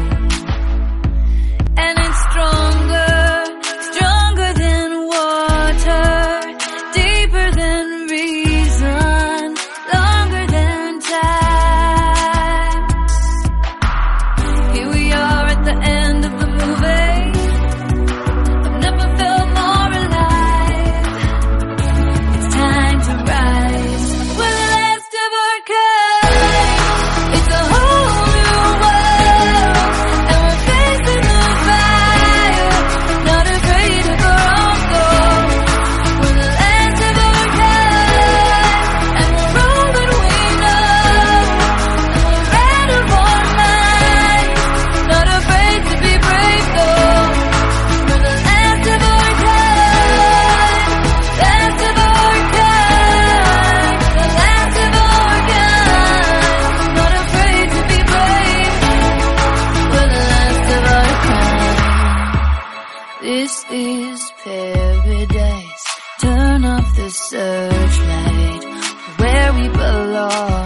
and it's stronger, stronger than water, deeper than reason, longer than time. Here we are at the end of the movie. I've never felt more alive. It's time to rise. We're the last of our kind. It's a whole new world, and we're facing the fire. Not afraid of our own goals. We're the last of our kind, and we're all that we know. And we're out of our minds. Not afraid to be brave though. We're the last of our kind, last of our kind, the last of our kind. Not afraid to be brave. We're the last of our kind. This is paradise. Turn off the searchlight, where we belong.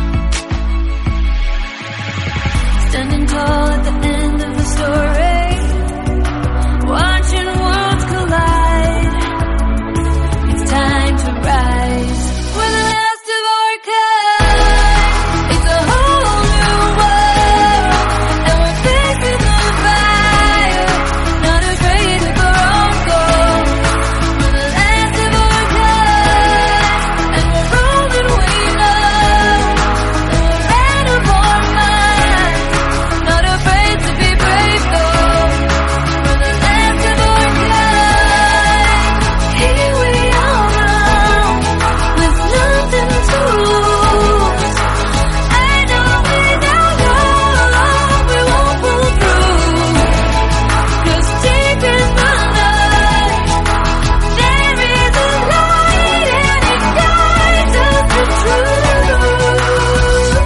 Standing tall at the end of the story, watching worlds collide. It's time to rise. We're the last of our kind. It's a whole new world, and we're facing the fire. Not afraid of our own goals. We're the last of our kind, and we're all that we know. And we're out of our minds. Not afraid to be brave though. We're the last of our kind. Here we are now, with nothing to lose. I know without hope we won't pull through. 'Cause deep in the night, there is a light, and it guides us to truth.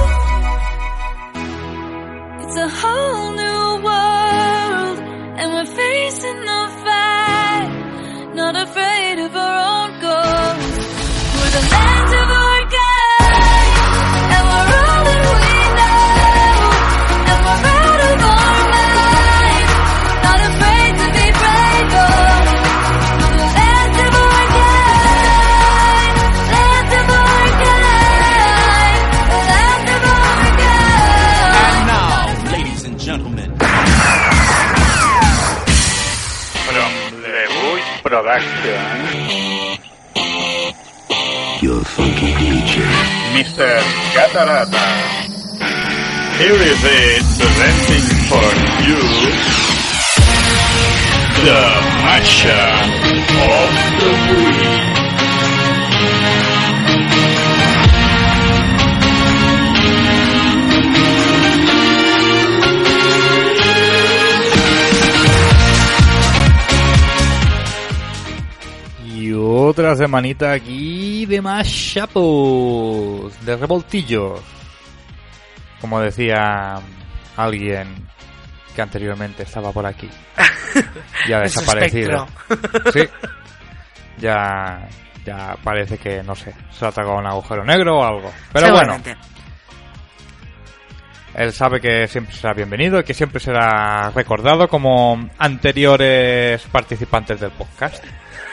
It's a whole new world, and we're facing the fight. Not afraid of our own goals. We're the last of our kind, and we're all that we know. And we're out of our minds. Not afraid to be brave. Oh, we're the last of our kind, last of our kind, the last of our kind. And now, ladies and gentlemen, From Lebuy Production, Your funky D J. mister Catarata. Here is it, presenting for you The Mashup of the Week. Y otra semanita aquí de mashupos, de revoltillos. Como decía alguien que anteriormente estaba por aquí. Ya ha desaparecido. Sí. Ya, ya parece que, no sé, se ha tragado un agujero negro o algo. Pero bueno. Él sabe que siempre será bienvenido y que siempre será recordado como anteriores participantes del podcast.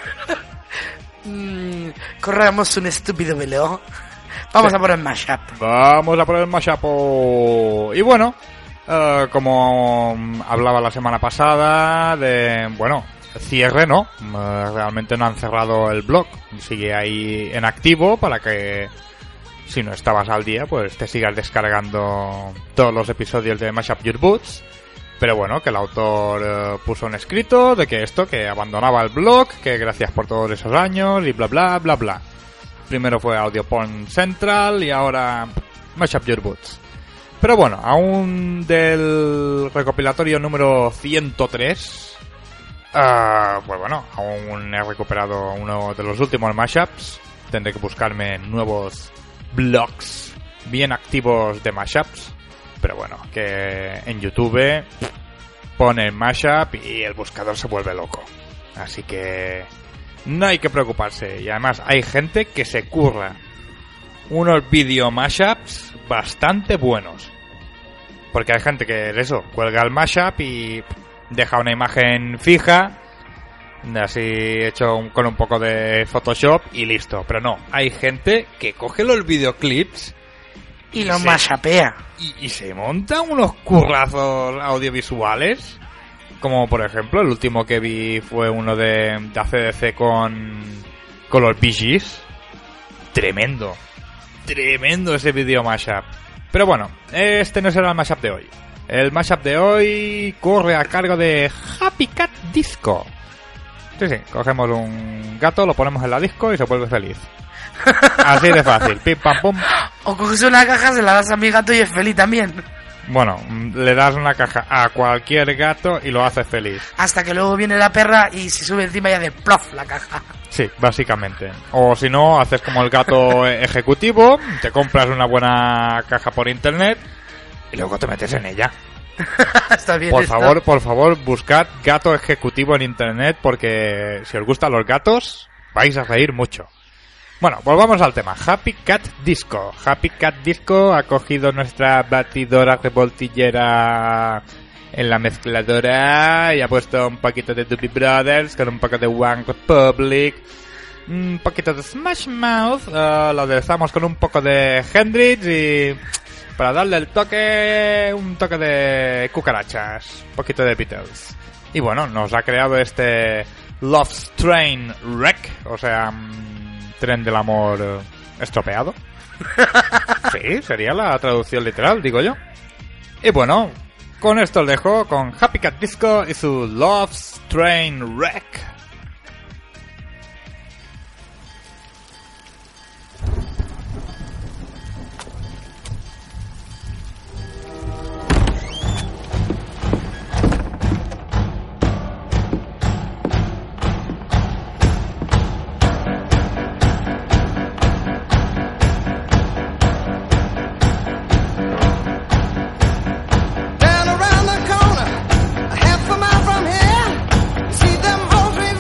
Mm, corramos un estúpido velo. Vamos sí. a poner mashup. Vamos a poner mashup. Y bueno, uh, como hablaba la semana pasada de, bueno, cierre, ¿no? Uh, realmente no han cerrado el blog. Sigue ahí en activo para que, si no estabas al día, pues te sigas descargando todos los episodios de Mashup Your Boots. Pero bueno, que el autor uh, puso un escrito de que esto, que abandonaba el blog, que gracias por todos esos años y bla bla bla bla. Primero fue Audio Porn Central y ahora Mashup Your Boots. Pero bueno, aún del recopilatorio número ciento tres, uh, pues bueno, aún he recuperado uno de los últimos mashups. Tendré que buscarme nuevos blogs bien activos de mashups. Pero bueno, que en YouTube ponen mashup y el buscador se vuelve loco. Así que no hay que preocuparse. Y además hay gente que se curra unos video mashups bastante buenos. Porque hay gente que eso, cuelga el mashup y deja una imagen fija, así hecho un, con un poco de Photoshop y listo. Pero no, hay gente que coge los videoclips y los mashapea. Y, y se montan unos currazos audiovisuales. Como por ejemplo, el último que vi fue uno de, de A C D C con, con los Bee Gees. Tremendo. Tremendo ese video mashup. Pero bueno, este no será el mashup de hoy. El mashup de hoy corre a cargo de Happy Cat Disco. Sí, sí, cogemos un gato, lo ponemos en la disco y se vuelve feliz. Así de fácil, pim pam pum. O coges una caja, se la das a mi gato y es feliz también. Bueno, le das una caja a cualquier gato y lo haces feliz. Hasta que luego viene la perra y se sube encima y hace plof la caja. Sí, básicamente. O si no, haces como el gato ejecutivo, te compras una buena caja por internet y luego te metes en ella. Está bien. Por esto. favor, por favor, buscad gato ejecutivo en internet porque si os gustan los gatos, vais a reír mucho. Bueno, volvamos al tema. Happy Cat Disco. Happy Cat Disco ha cogido nuestra batidora revoltillera en la mezcladora y ha puesto un poquito de Doobie Brothers con un poco de One Republic, un poquito de Smash Mouth, uh, lo aderezamos con un poco de Hendrix y para darle el toque, un toque de cucarachas, un poquito de Beatles. Y bueno, nos ha creado este Love Train Wreck, o sea, tren del amor estropeado. Sí, sería la traducción literal, digo yo. Y bueno, con esto os dejo con Happy Cat Disco y su Love Train Wreck. Down around the corner, a half a mile from here, see them hoes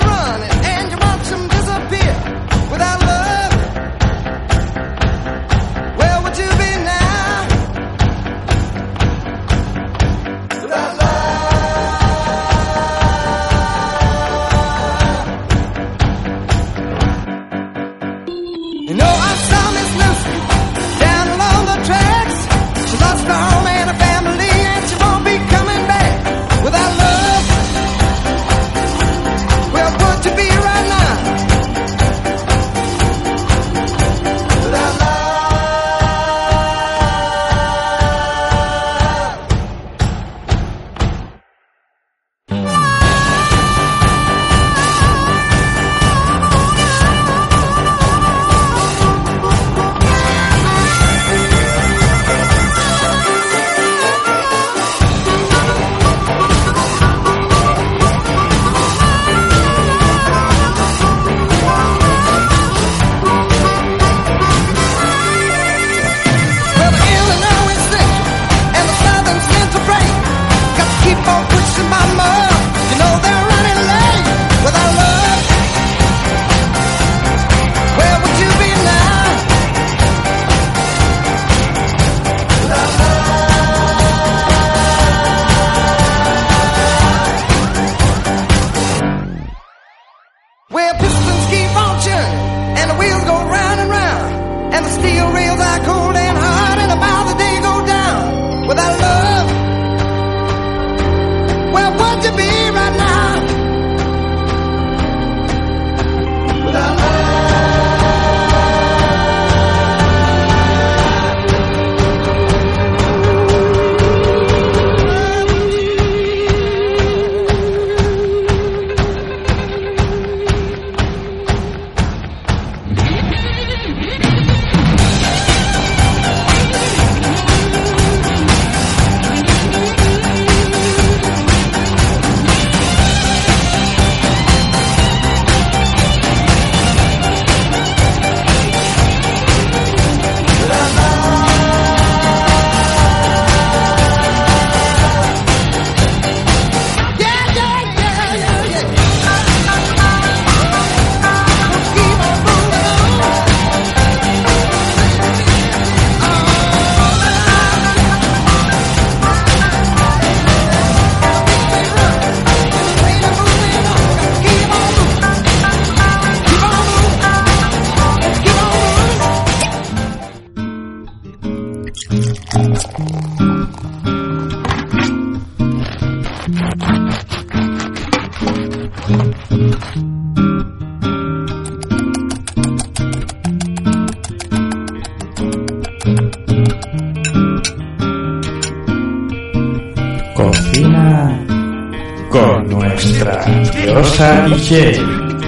Cocina con nuestra diosa D J.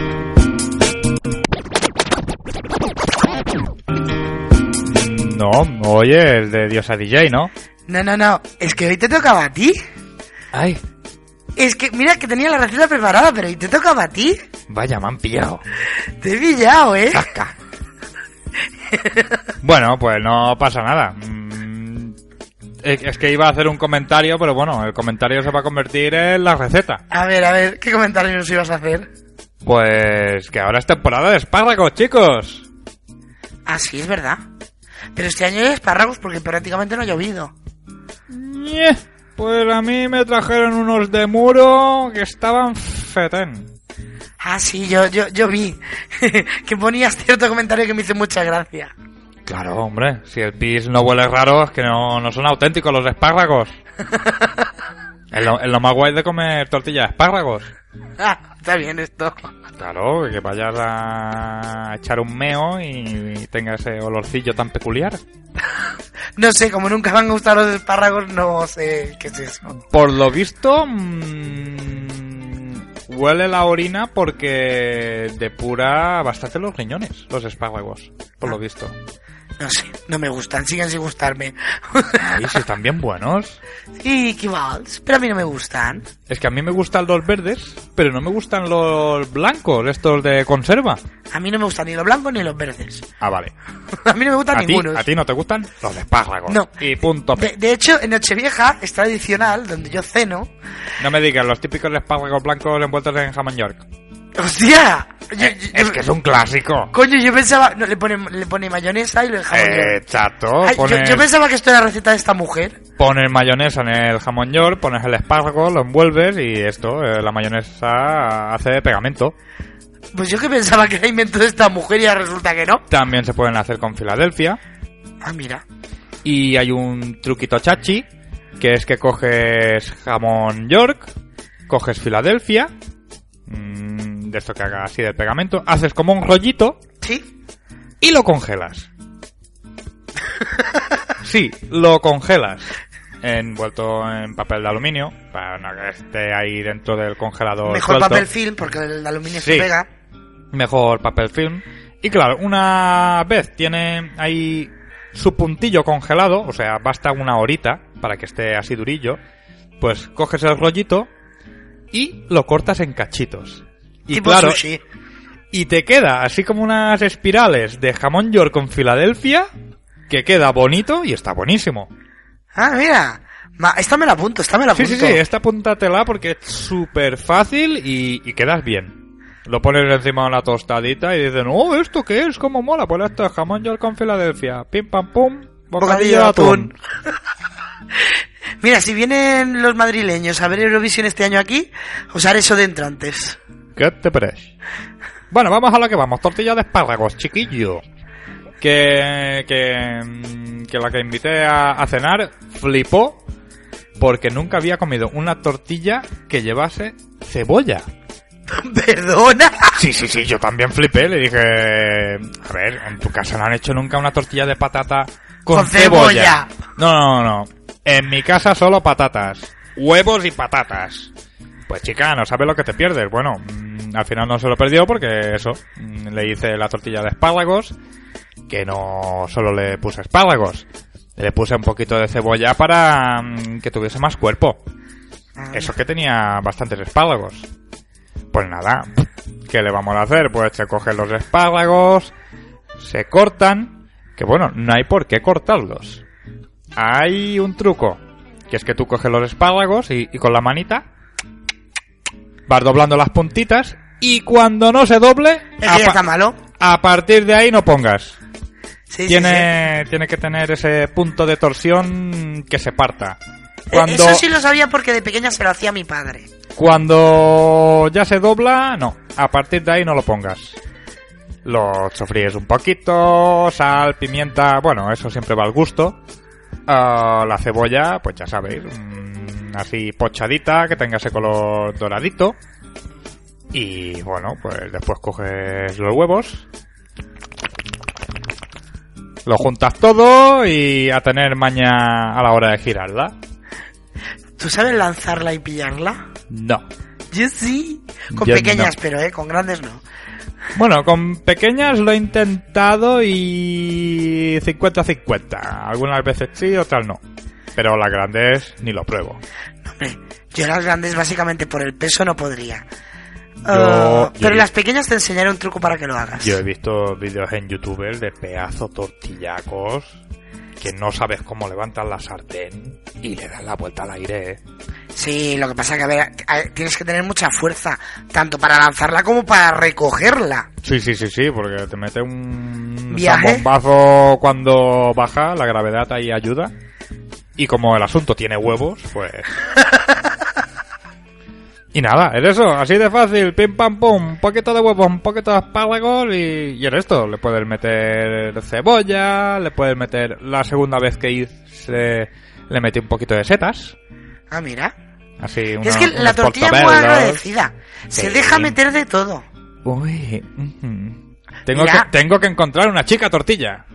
No, oye, es de diosa D J, ¿no? No, no, no. Es que hoy te tocaba a ti. Ay, Es que, mira, que tenía la receta preparada, pero hoy te tocaba a ti. vaya, me han pillado. Te he pillado, ¿eh? Saca. Bueno, pues no pasa nada. Mm, Es es que iba a hacer un comentario, pero bueno, el comentario se va a convertir en la receta. A ver, a ver, ¿qué comentario nos ibas a hacer? Pues que ahora es temporada de espárragos, chicos. Ah, sí, es verdad. Pero este año hay espárragos porque prácticamente no ha llovido. Ñe, Pues a mí me trajeron unos de muro que estaban fetén. Ah, sí, yo, yo, yo vi que ponías cierto comentario que me hizo mucha gracia. Claro, hombre, si el pis no huele raro es que no, no son auténticos los espárragos. Es lo, es lo más guay de comer tortilla de espárragos. Ah, está bien esto. Claro, que vayas a echar un meo y tenga ese olorcillo tan peculiar. No sé, como nunca me han gustado los espárragos, no sé qué es eso. Por lo visto, mmm, huele la orina porque depura bastante los riñones, los espárragos, por lo visto. No sé, no me gustan, siguen sin gustarme. Ay, si están bien buenos. Sí, qué vals, pero a mí no me gustan. Es que a mí me gustan los verdes, pero no me gustan los blancos, estos de conserva. A mí no me gustan ni los blancos ni los verdes. Ah, vale. A mí no me gustan ¿A ti, ninguno. ¿A ti no te gustan los espárragos? No. Y punto. De, de hecho, en Nochevieja es tradicional, donde yo ceno. No me digas, los típicos espárragos blancos envueltos en jamón york. ¡Hostia! Yo- Eh, yo- es que es un clásico. Coño, yo pensaba... No, le pone, le pone mayonesa y lo dejamos Eh, chato, Ay, yo, pones, yo pensaba que esto era la receta de esta mujer. pones mayonesa en el jamón york, pones el espárrago, lo envuelves y esto, eh, la mayonesa hace de pegamento. Pues yo que pensaba que era invento de esta mujer y ahora resulta que no. También se pueden hacer con Filadelfia. Ah, mira. Y hay un truquito chachi, que es que coges jamón york, coges Filadelfia, mmm, de esto que haga así de pegamento, haces como un rollito ¿Sí? y lo congelas. Sí, lo congelas. Envuelto en papel de aluminio, para no que esté ahí dentro del congelador. Mejor suelto. papel film porque el aluminio Sí. se pega. Mejor papel film. Y claro, una vez tiene ahí su puntillo congelado, o sea, basta una horita para que esté así durillo, pues coges el rollito y lo cortas en cachitos. Y Tipo claro, sushi. y te queda así como unas espirales de jamón york con Filadelfia, que queda bonito y está buenísimo. Ah, mira. Ma, esta me la apunto, esta me la Sí, apunto. sí, sí, esta apúntatela porque es súper fácil y, y quedas bien. Lo pones encima de una tostadita y dicen, oh, ¿esto qué es? ¿Cómo mola? Pues esto es jamón york con Filadelfia. Pim, pam, pum, bocadillo de atún. Mira, si vienen los madrileños a ver Eurovisión este año aquí, usar eso de entrantes. ¿Qué te parece? Bueno, vamos a lo que vamos. Tortilla de espárragos, chiquillo. Que, que, mm, que la que invité a, a cenar flipó porque nunca había comido una tortilla que llevase cebolla. ¿Perdona? Sí, sí, sí, yo también flipé. Le dije, a ver, en tu casa no han hecho nunca una tortilla de patata con, Con cebolla. cebolla. No, no, no. En mi casa solo patatas. Huevos y patatas. Pues chica, no sabes lo que te pierdes. Bueno, mmm, al final no se lo perdió porque eso, mmm, le hice la tortilla de espárragos, que no solo le puse espárragos, le puse un poquito de cebolla para mmm, que tuviese más cuerpo. Eso que tenía bastantes espárragos. Pues nada, ¿qué le vamos a hacer? Pues se cogen los espárragos, se cortan, que bueno, no hay por qué cortarlos. Hay un truco, que es que tú coges los espárragos y, y con la manita vas doblando las puntitas y cuando no se doble, Es a, que ya pa- está malo. a partir de ahí no pongas. Sí, tiene, tiene que tener ese punto de torsión que se parta. sí, sí. Cuando, Eso sí lo sabía porque de pequeña se lo hacía mi padre. cuando ya se dobla, no. A partir de ahí no lo pongas. Lo sofríes un poquito, sal, pimienta, bueno, eso siempre va al gusto. Uh, la cebolla, pues ya sabéis, mmm, así pochadita, que tenga ese color doradito. Y bueno, pues después coges los huevos, lo juntas todo y a tener maña a la hora de girarla. ¿Tú sabes lanzarla y pillarla? No. Yo sí. Con Yo pequeñas, no. pero, ¿eh? Con grandes no. Bueno, con pequeñas lo he intentado y cincuenta cincuenta. Algunas veces sí, otras no. Pero las grandes ni lo pruebo. No, hombre, yo las grandes básicamente por el peso no podría. Yo- Uh, yo pero he- las pequeñas te enseñaré un truco para que lo hagas. Yo he visto vídeos en YouTube de pedazo tortillacos que no sabes cómo levantan la sartén y le dan la vuelta al aire, ¿eh? Sí, lo que pasa que a ver, a- tienes que tener mucha fuerza, tanto para lanzarla como para recogerla. Sí, sí, sí, sí, porque te mete un ¿Viaje? bombazo cuando baja, la gravedad ahí ayuda. Y como el asunto tiene huevos, pues... Y nada, es eso, así de fácil, pim pam pum, un poquito de huevos, un poquito de espárragos y, y en esto le puedes meter cebolla, le puedes meter, la segunda vez que hice, le metí un poquito de setas, Ah, mira. así unos, es que la unos tortilla es muy portobellos. agradecida. Se Sí. deja meter de todo. Uy, ujú. tengo, Mira. que, tengo que encontrar una chica tortilla.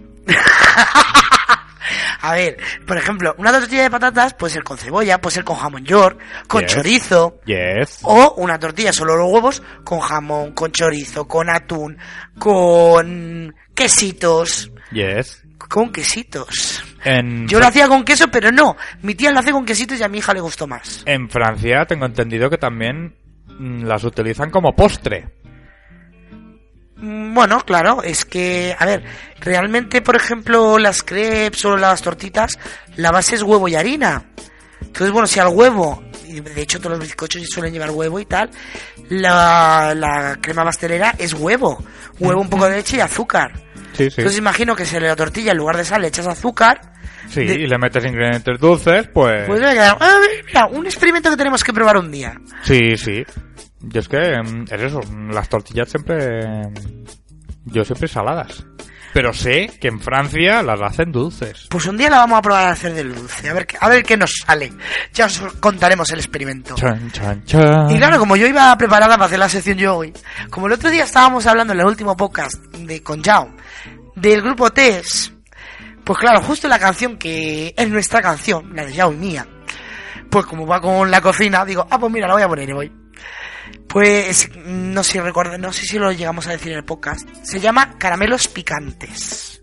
A ver, por ejemplo, una tortilla de patatas puede ser con cebolla, puede ser con jamón york, con Yes. chorizo. Yes. O una tortilla solo los huevos con jamón, con chorizo, con atún, con quesitos. Yes. Con quesitos. En, Yo lo hacía con queso, pero no. Mi tía lo hace con quesitos y a mi hija le gustó más. en Francia tengo entendido que también mm, las utilizan como postre. Mm, Bueno, claro, es que, a ver, realmente, por ejemplo, las crepes o las tortitas, la base es huevo y harina. Entonces, bueno, si al huevo, y de hecho todos los bizcochos suelen llevar huevo y tal, la, la crema pastelera es huevo. Huevo, un poco de leche y azúcar. Sí, sí. Entonces imagino que si la tortilla en lugar de sal le echas azúcar, Sí, de- y le metes ingredientes dulces, pues... pues debe quedar... Ah, mira, un experimento que tenemos que probar un día. Sí, sí. Yo es que mm, es eso, mm, las tortillas siempre... mm, Yo siempre saladas. Pero sé que en Francia las hacen dulces. Pues un día la vamos a probar a hacer del dulce, a ver, qué- a ver qué nos sale. Ya os contaremos el experimento. Chan, chan, chan. Y claro, como yo iba preparada para hacer la sección yo hoy, como el otro día estábamos hablando en el último podcast de con Jao, del grupo Tess, pues claro, justo la canción que es nuestra canción, la de Jao y mía, pues como va con la cocina, digo, ah, pues mira, la voy a poner hoy. Pues no sé si recuerdo, no sé si lo llegamos a decir en el podcast. Se llama Caramelos Picantes.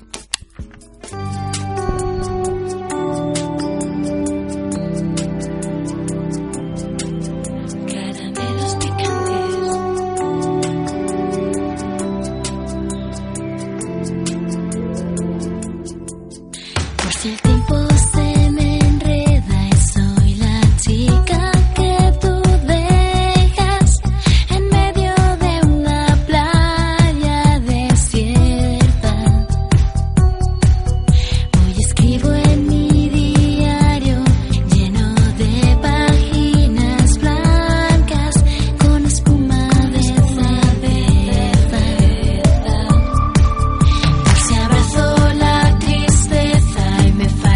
Caramelos picantes. Por si el tiempo se me enreda y soy la chica que tú dejas en medio de una playa desierta. Hoy escribo en mi diario lleno de páginas blancas con espuma de cerveza. Por si abrazo la tristeza y me falla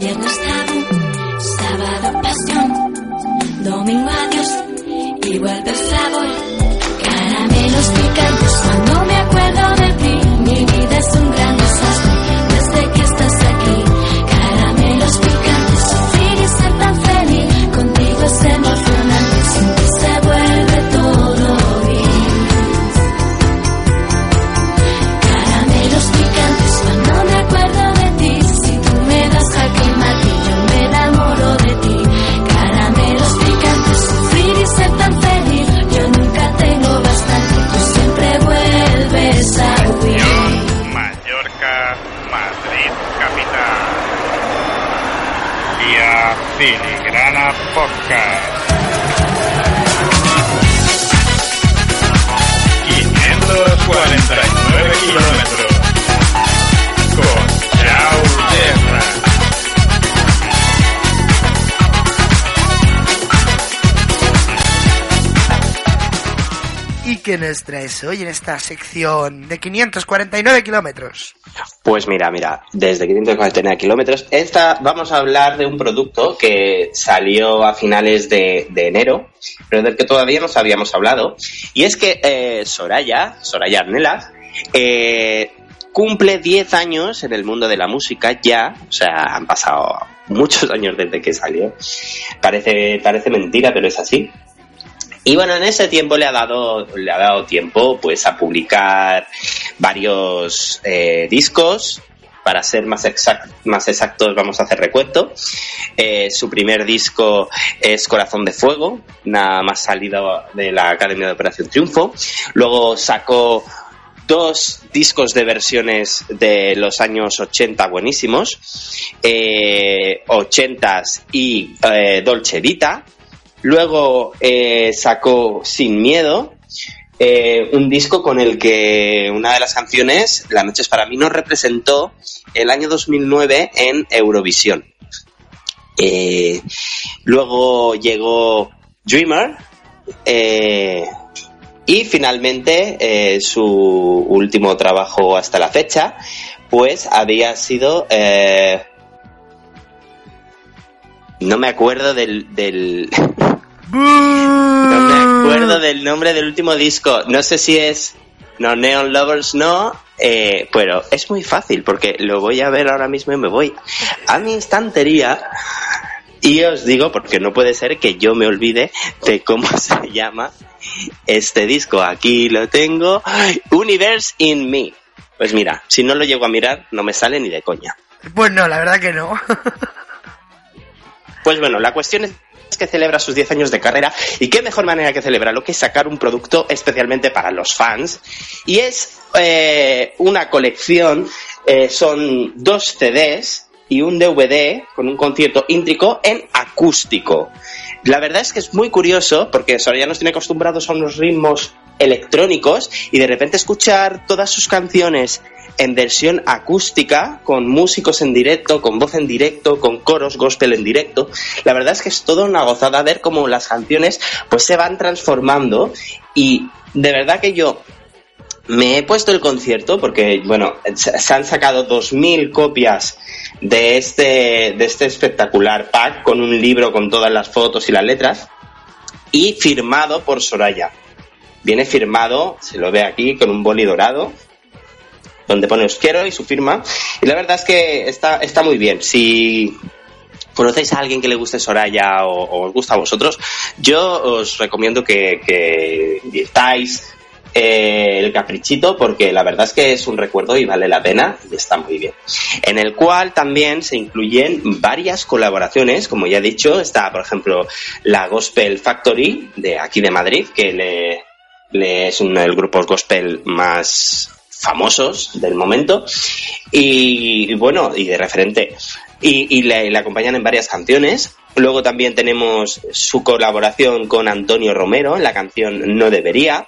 Viernes tabú, sábado pasión, domingo adiós y vuelve el sabor. Caramelos picantes cuando me acuerdo de ti. Mi vida es un gran desastre desde que estás aquí. Caramelos picantes, sufrir y ser tan feliz. Contigo es emocionante, sin ti se vuelve todo gris. Caramelos picantes cuando me acuerdo de ti. Si tú me das jaque mate, yo me enamoro de ti. Caramelos picantes, sufrir y ser tan feliz. Yo nunca tengo bastante, tú siempre vuelves a huir. Mallorca, Madrid, capital. Vía Filigrana Podcast. quinientos cuarenta y nueve kilómetros. Con Chao Terra. ¿Y qué nos traes hoy en esta sección de quinientos cuarenta y nueve kilómetros? Pues mira, mira, desde quinientos cuarenta y nueve kilómetros, esta vamos a hablar de un producto que salió a finales de, de enero, pero del que todavía no habíamos hablado, y es que eh, Soraya, Soraya Arnelas, eh, cumple diez años en el mundo de la música ya, o sea, han pasado muchos años desde que salió, parece, parece mentira, pero es así. Y bueno, en ese tiempo le ha dado, le ha dado tiempo pues a publicar varios eh, discos. Para ser más, exact, más exactos vamos a hacer recuento. Eh, su primer disco es Corazón de Fuego, nada más salido de la Academia de Operación Triunfo. Luego sacó dos discos de versiones de los años ochenta buenísimos, eh, ochentas y eh, Dolce Vita. Luego eh, sacó Sin Miedo, eh, un disco con el que una de las canciones, La noche es para mí, nos representó el año dos mil nueve en Eurovisión. Eh, luego llegó Dreamer, eh, y finalmente eh, su último trabajo hasta la fecha, pues había sido... Eh, no me acuerdo del... del no me acuerdo del nombre del último disco. No sé si es... No, Neon Lovers no. Eh, pero es muy fácil porque lo voy a ver ahora mismo y me voy a mi estantería y os digo, porque no puede ser que yo me olvide de cómo se llama este disco. Aquí lo tengo. Universe in Me. Pues mira, si no lo llego a mirar no me sale ni de coña. Pues no, la verdad que no. Pues bueno, la cuestión es que celebra sus diez años de carrera, y qué mejor manera que celebrarlo que sacar un producto especialmente para los fans, y es eh, una colección, eh, son dos C Ds y un D V D con un concierto íntrico en acústico. La verdad es que es muy curioso porque Soraya nos tiene acostumbrados a unos ritmos electrónicos y de repente escuchar todas sus canciones en versión acústica, con músicos en directo, con voz en directo, con coros, gospel en directo. La verdad es que es toda una gozada ver cómo las canciones pues se van transformando, y de verdad que yo me he puesto el concierto porque, bueno, se han sacado dos mil copias de este, de este espectacular pack con un libro con todas las fotos y las letras, y firmado por Soraya. Viene firmado, se lo ve aquí, con un boli dorado, donde pone os quiero y su firma, y la verdad es que está, está muy bien. Si conocéis a alguien que le guste Soraya o, o os gusta a vosotros, yo os recomiendo que, que estáis eh, el caprichito, porque la verdad es que es un recuerdo y vale la pena y está muy bien. En el cual también se incluyen varias colaboraciones, como ya he dicho, está por ejemplo la Gospel Factory de aquí de Madrid, que le, le es uno de los grupos gospel más famosos del momento, y, y bueno, y de referente, y, y le, le acompañan en varias canciones. Luego también tenemos su colaboración con Antonio Romero en la canción No Debería.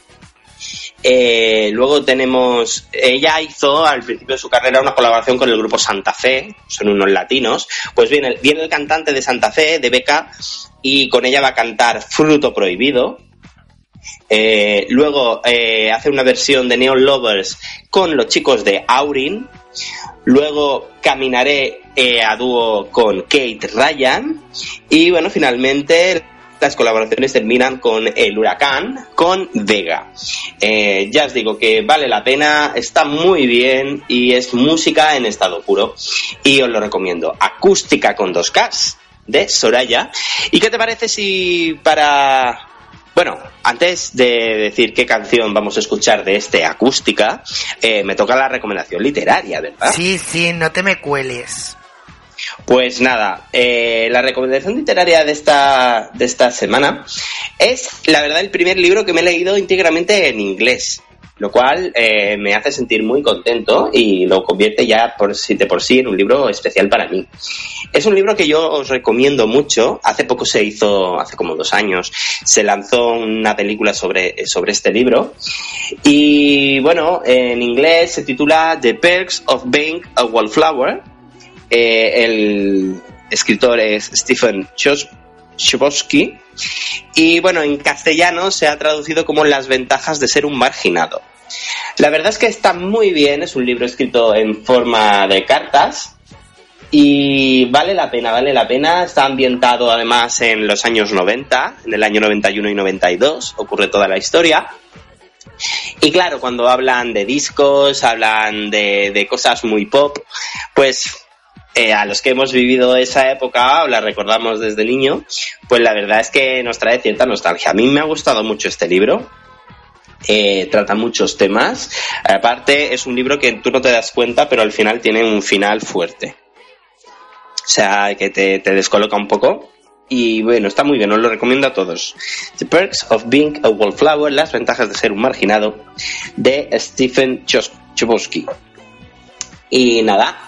Eh, luego tenemos, ella hizo al principio de su carrera una colaboración con el grupo Santa Fe, son unos latinos. Pues viene, viene el cantante de Santa Fe, de B K, y con ella va a cantar Fruto Prohibido. Eh, luego eh, hace una versión de Neon Lovers con los chicos de Aurin. Luego caminaré eh, a dúo con Kate Ryan. Y bueno, finalmente las colaboraciones terminan con El Huracán, con Vega. Eh, ya os digo que vale la pena, está muy bien y es música en estado puro. Y os lo recomiendo. Acústica con dos Ks de Soraya. ¿Y qué te parece si para... Bueno, antes de decir qué canción vamos a escuchar de este Acústica, eh, me toca la recomendación literaria, ¿verdad? Sí, sí, no te me cueles. Pues nada, eh, la recomendación literaria de esta, de esta semana es, la verdad, el primer libro que me he leído íntegramente en inglés, lo cual eh, me hace sentir muy contento y lo convierte ya por sí, de por sí en un libro especial para mí. Es un libro que yo os recomiendo mucho. Hace poco se hizo, hace como dos años, se lanzó una película sobre, sobre este libro. Y bueno, en inglés se titula The Perks of Being a Wallflower. Eh, el escritor es Stephen Chbosky. Y bueno, en castellano se ha traducido como Las ventajas de ser un marginado. La verdad es que está muy bien, es un libro escrito en forma de cartas y vale la pena, vale la pena. Está ambientado además en los años noventa, en el año noventa y uno y noventa y dos, ocurre toda la historia. Y claro, cuando hablan de discos, hablan de, de cosas muy pop, pues... Eh, a los que hemos vivido esa época o la recordamos desde niño, pues la verdad es que nos trae cierta nostalgia. A mí me ha gustado mucho este libro, eh, trata muchos temas, aparte es un libro que tú no te das cuenta, pero al final tiene un final fuerte, o sea, que te, te descoloca un poco. Y bueno, está muy bien, os lo recomiendo a todos. The Perks of Being a Wallflower, las ventajas de ser un marginado, de Stephen Chbosky. Y nada,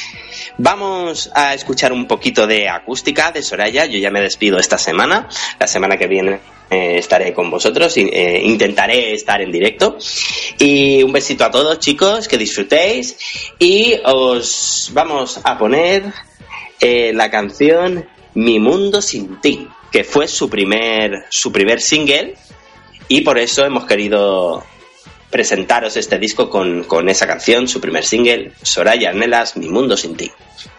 vamos a escuchar un poquito de Acústica de Soraya. Yo ya me despido esta semana. La semana que viene eh, estaré con vosotros y eh, intentaré estar en directo. Y un besito a todos, chicos, que disfrutéis. Y os vamos a poner eh, la canción Mi Mundo Sin Ti, que fue su primer, su primer single. Y por eso hemos querido presentaros este disco con, con esa canción, su primer single, Soraya Arnelas, Mi Mundo Sin Ti.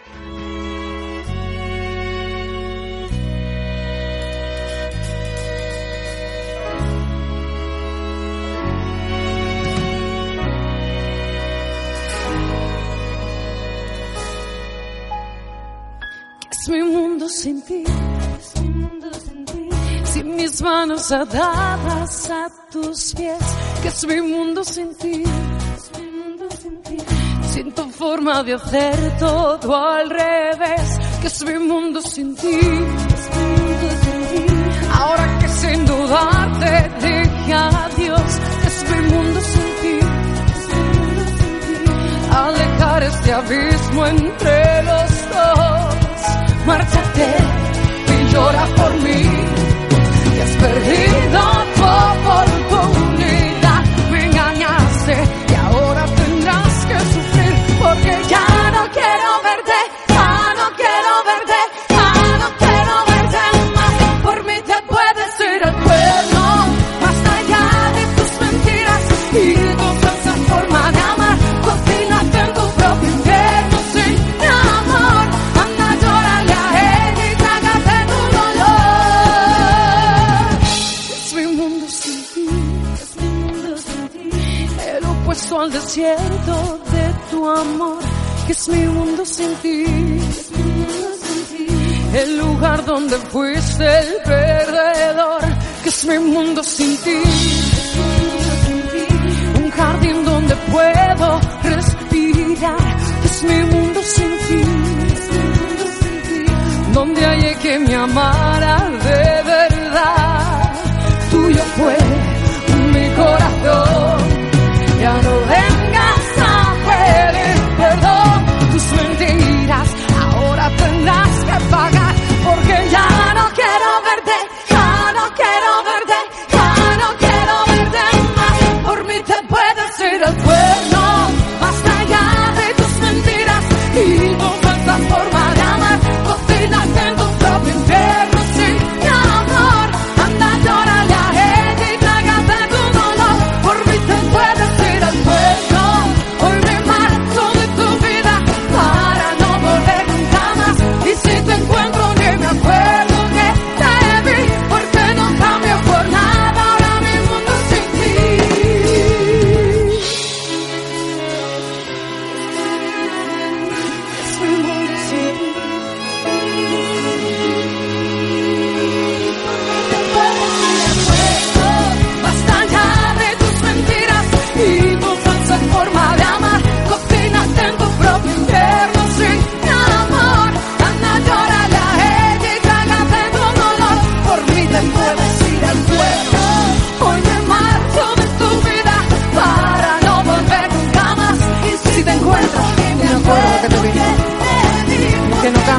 Es mi mundo sin ti, es mi mundo sin ti, sin mis manos atadas a tus pies, que es mi mundo sin ti, es mi mundo sin ti, sin tu forma de hacer todo al revés, que es mi mundo sin ti, es mi mundo sin ti, ahora que sin dudar te dije adiós, es mi mundo sin ti, es mi mundo sin ti, alejar este abismo entre los dos. Márchate y llora por mí, que has perdido tu oportunidad. Me engañaste y ahora tendrás que sufrir, porque ya no quiero verte, ya no quiero verte, ya no quiero verte más. Por mí te puedes ir al cuerno, más allá de tus mentiras y tu falsa forma de amar. Cocínate en tu propio infierno sin amor. Anda, llórale a él y trágate tu dolor. Es mi mundo sin ti, es mi mundo sin ti, el opuesto al desierto de tu amor. Que es mi mundo sin ti, es mi mundo sin ti, el lugar donde fuiste el perdedor. Que es mi mundo sin ti, es mi mundo sin ti, un jardín donde puedo respirar. Que es mi mundo sin ti, es mi mundo sin ti, donde hallé que me amara de verdad. Tuyo fue mi corazón, ya no vengas a pedir perdón. Tus mentiras ahora tendrás que pagar, porque ya no quiero verte, ya no quiero verte, ya no quiero verte más. Por mí te puedes ir al cuerno, más allá de tus mentiras y tu falsa forma de amar. Cocinas en tu propio infierno sin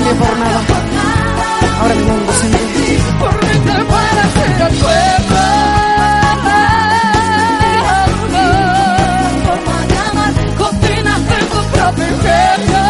cambio por nada. Ahora mi mundo sin ti. Por mí te puedes ir al fuego. Por mañana cocinas en tu propio ingenio.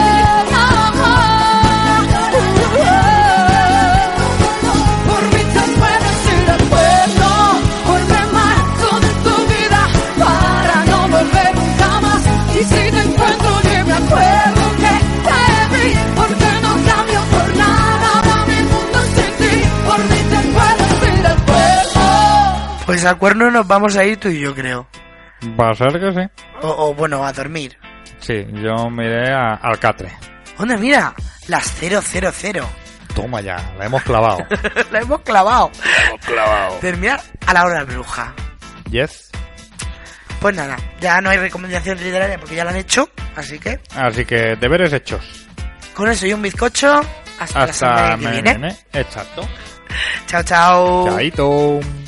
Por mí te puedes ir al fuego. Vuelve más de tu vida para no volver nunca más. Y si te encuentro yo me acuerdo que te vi, porque no cambio por nada. Va mi mundo sin ti. Por mí te puedes ir al fuego. Pues a cuerno nos vamos a ir tú y yo, creo. Va a ser que sí. O, o bueno, a dormir. Sí, yo miré a- al catre. Onda, mira, las cero cero cero. Toma ya, la hemos clavado. La hemos clavado. hemos clavado. Terminar a la hora bruja. Yes. Pues nada, ya no hay recomendación literaria porque ya la han hecho, así que Así que deberes hechos. con eso y un bizcocho, hasta, la Hasta semana que viene. mañana. Exacto. Chao, chao. Chaito.